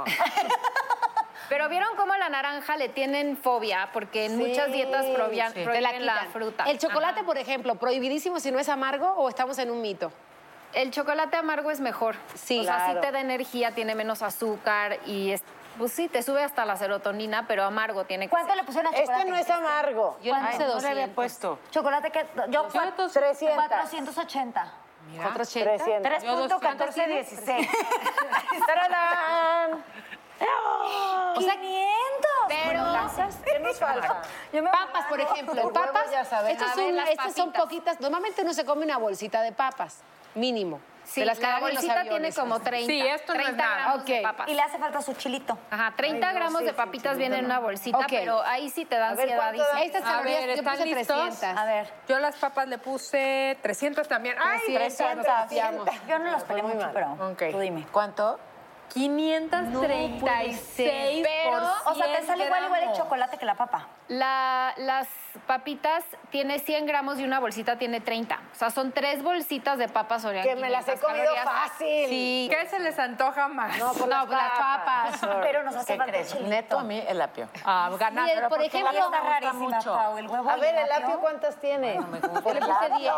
Pero vieron cómo a la naranja le tienen fobia, porque en muchas dietas prohibían, Te la prohíben la, quitan. fruta. El chocolate, Ajá. por ejemplo, prohibidísimo si no es amargo o estamos en un mito. El chocolate amargo es mejor. Sí, o sea, claro. sí te da energía, tiene menos azúcar y es, pues sí, te sube hasta la serotonina, pero amargo tiene que ¿Cuánto ser. le pusieron a chocolate? Este no es amargo. Yo le ¿Cuánto? puse No le había doscientos. puesto. Chocolate que... Yo, trescientos. cuatrocientos ochenta. ¿cuatrocientos ochenta? trescientos. tres punto catorce dieciséis. ¡Tararán! O sea, quinientos. Pero ¿Qué nos falta? Yo me Papas, por ejemplo. Los Papas, huevos ya sabemos. estas A ver, son, las estas son papitas. poquitas. Normalmente uno se come una bolsita de papas, mínimo. Sí, de las que la dan en los bolsita tiene aviones. como treinta. Sí, esto no es treinta nada. gramos de Ok. papas. Y le hace falta su chilito. Ajá, treinta Ay, no, gramos sí, de sí, papitas sí, vienen en una bolsita, Ok. pero ahí sí te da A ver, ansiedad. ¿cuánto da? dice. Estas A calorías, ver, yo ¿están puse listos? trescientas. A ver. Yo las papas le puse trescientos también. ¡Ay! trescientos. Yo no los peleé muy mucho, mal. pero Ok. tú dime. ¿Cuánto? quinientos treinta y seis Pero, por O sea, te sale igual igual el gramos. chocolate que la papa. La- las papitas tiene cien gramos y una bolsita tiene treinta. O sea, son tres bolsitas de papas Oreo. Que me las he comido fácil. Sí. ¿Qué se les antoja más? No, por No, pues las papas. Pero nos hace ¿Qué falta crees? chilito. Neto a mí el apio. Ah, ganar. Sí, pero por porque ejemplo, la Está me gusta rarísima, mucho. Pau, el huevo A y ver, el ¿el apio cuántos tiene? Yo le puse diez.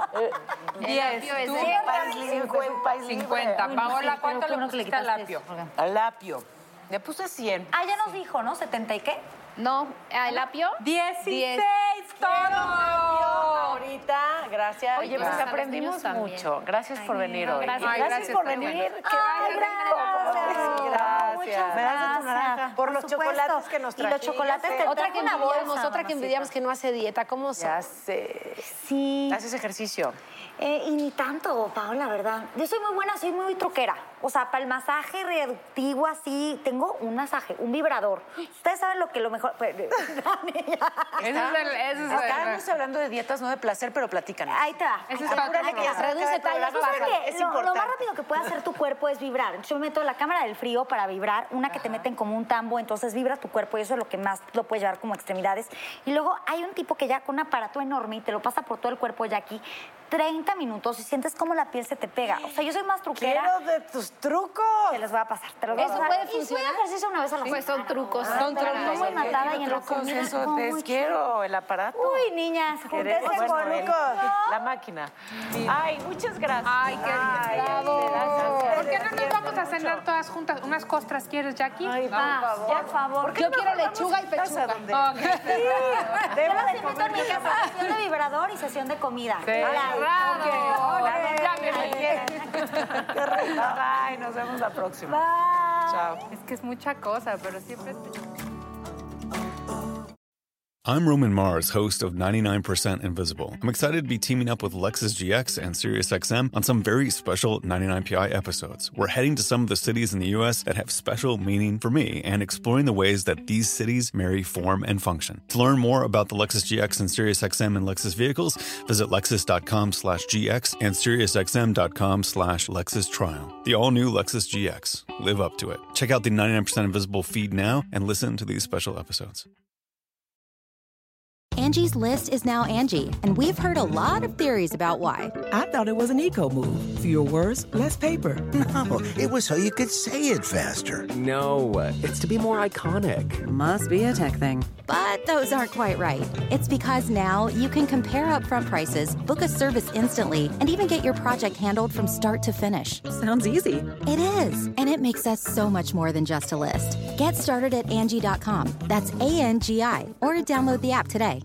diez. es ¿Tú? de- cincuenta. cincuenta. Uy, Paola, sí, ¿cuánto pero le qué bueno que le pusiste al quitaste apio? eso. Al apio. Le puse cien. Ah, ya nos dijo, ¿no? ¿setenta y qué? No, el apio. dieciséis todo. Ahorita, gracias. Oye, pues a los aprendimos niños también. mucho. Gracias por venir hoy. gracias. Ay, Gracias gracias por también. venir. Qué Ay, gracias. Gracias. Me das de tu naranja. Por los supuesto. chocolates que nos Y los trajiste. chocolates te Otra traje que una envidiamos, bolsa, otra que envidiamos que no hace dieta. ¿Cómo son? Ya sé. Sí. ¿Haces ejercicio? Eh, y ni tanto, Paola, la verdad. Yo soy muy buena, soy muy truquera. O sea, para el masaje reductivo así, tengo un masaje, un vibrador. Ustedes saben lo que lo mejor... Ese es el... Ese es el- Estábamos hablando de dietas, no de placer, pero platícanos. Ahí te va. Ese es Apúrale para que tu ya se programa. reduce tallas. Tú ¿Sabes sabes qué? es Lo, lo más importante. rápido que puede hacer tu cuerpo es vibrar. Entonces yo me meto la cámara del frío para vibrar, una que te meten como un tambo, entonces vibra tu cuerpo y eso es lo que más lo puedes llevar como extremidades. Y luego hay un tipo que ya con un aparato enorme y te lo pasa por todo el cuerpo ya aquí, treinta minutos y sientes como la piel se te pega. O sea, yo soy más truquera. Quiero de tus trucos. Te los voy a pasar, te los voy a ¿Eso pasar. puede Y soy funcionar? ejercicio una vez a la Pues semana. son trucos. Ay, Son pero trucos. no muy Oye, matada ¿qué y en la trucos? comida Eso, como te muy quiero, el aparato. Uy, niñas, júntense Bueno, con el- un... la máquina. Ay, muchas gracias. Ay, qué Ay, bravo. gracias. ¿Por qué no nos vamos a cenar todas juntas? ¿Unas costras quieres, Jackie? Ay, por Vamos. favor. Por favor. Yo quiero lechuga y pechuga. Ok. Yo las invito a mi casa, sesión de vibrador y sesión de comida. Cerrado. Ok. Ya me lo quieren. Qué rico. Bye, nos vemos la próxima. Bye. Chao. Es que es mucha cosa, pero siempre... I'm Roman Mars, host of ninety-nine percent Invisible. I'm excited to be teaming up with Lexus G X and SiriusXM on some very special ninety-nine P I episodes. We're heading to some of the cities in the U S that have special meaning for me and exploring the ways that these cities marry form and function. To learn more about the Lexus G X and SiriusXM and Lexus vehicles, visit lexus.com slash GX and SiriusXM.com slash Lexus Trial. The all-new Lexus G X. Live up to it. Check out the ninety-nine percent Invisible feed now and listen to these special episodes. Angie's List is now Angie, and we've heard a lot of theories about why. I thought it was an eco move. Fewer words, less paper. No, it was so you could say it faster. No, it's to be more iconic. Must be a tech thing. But those aren't quite right. It's because now you can compare upfront prices, book a service instantly, and even get your project handled from start to finish. Sounds easy. It is, and it makes us so much more than just a list. Get started at Angie dot com. That's A N G I, or download the app today.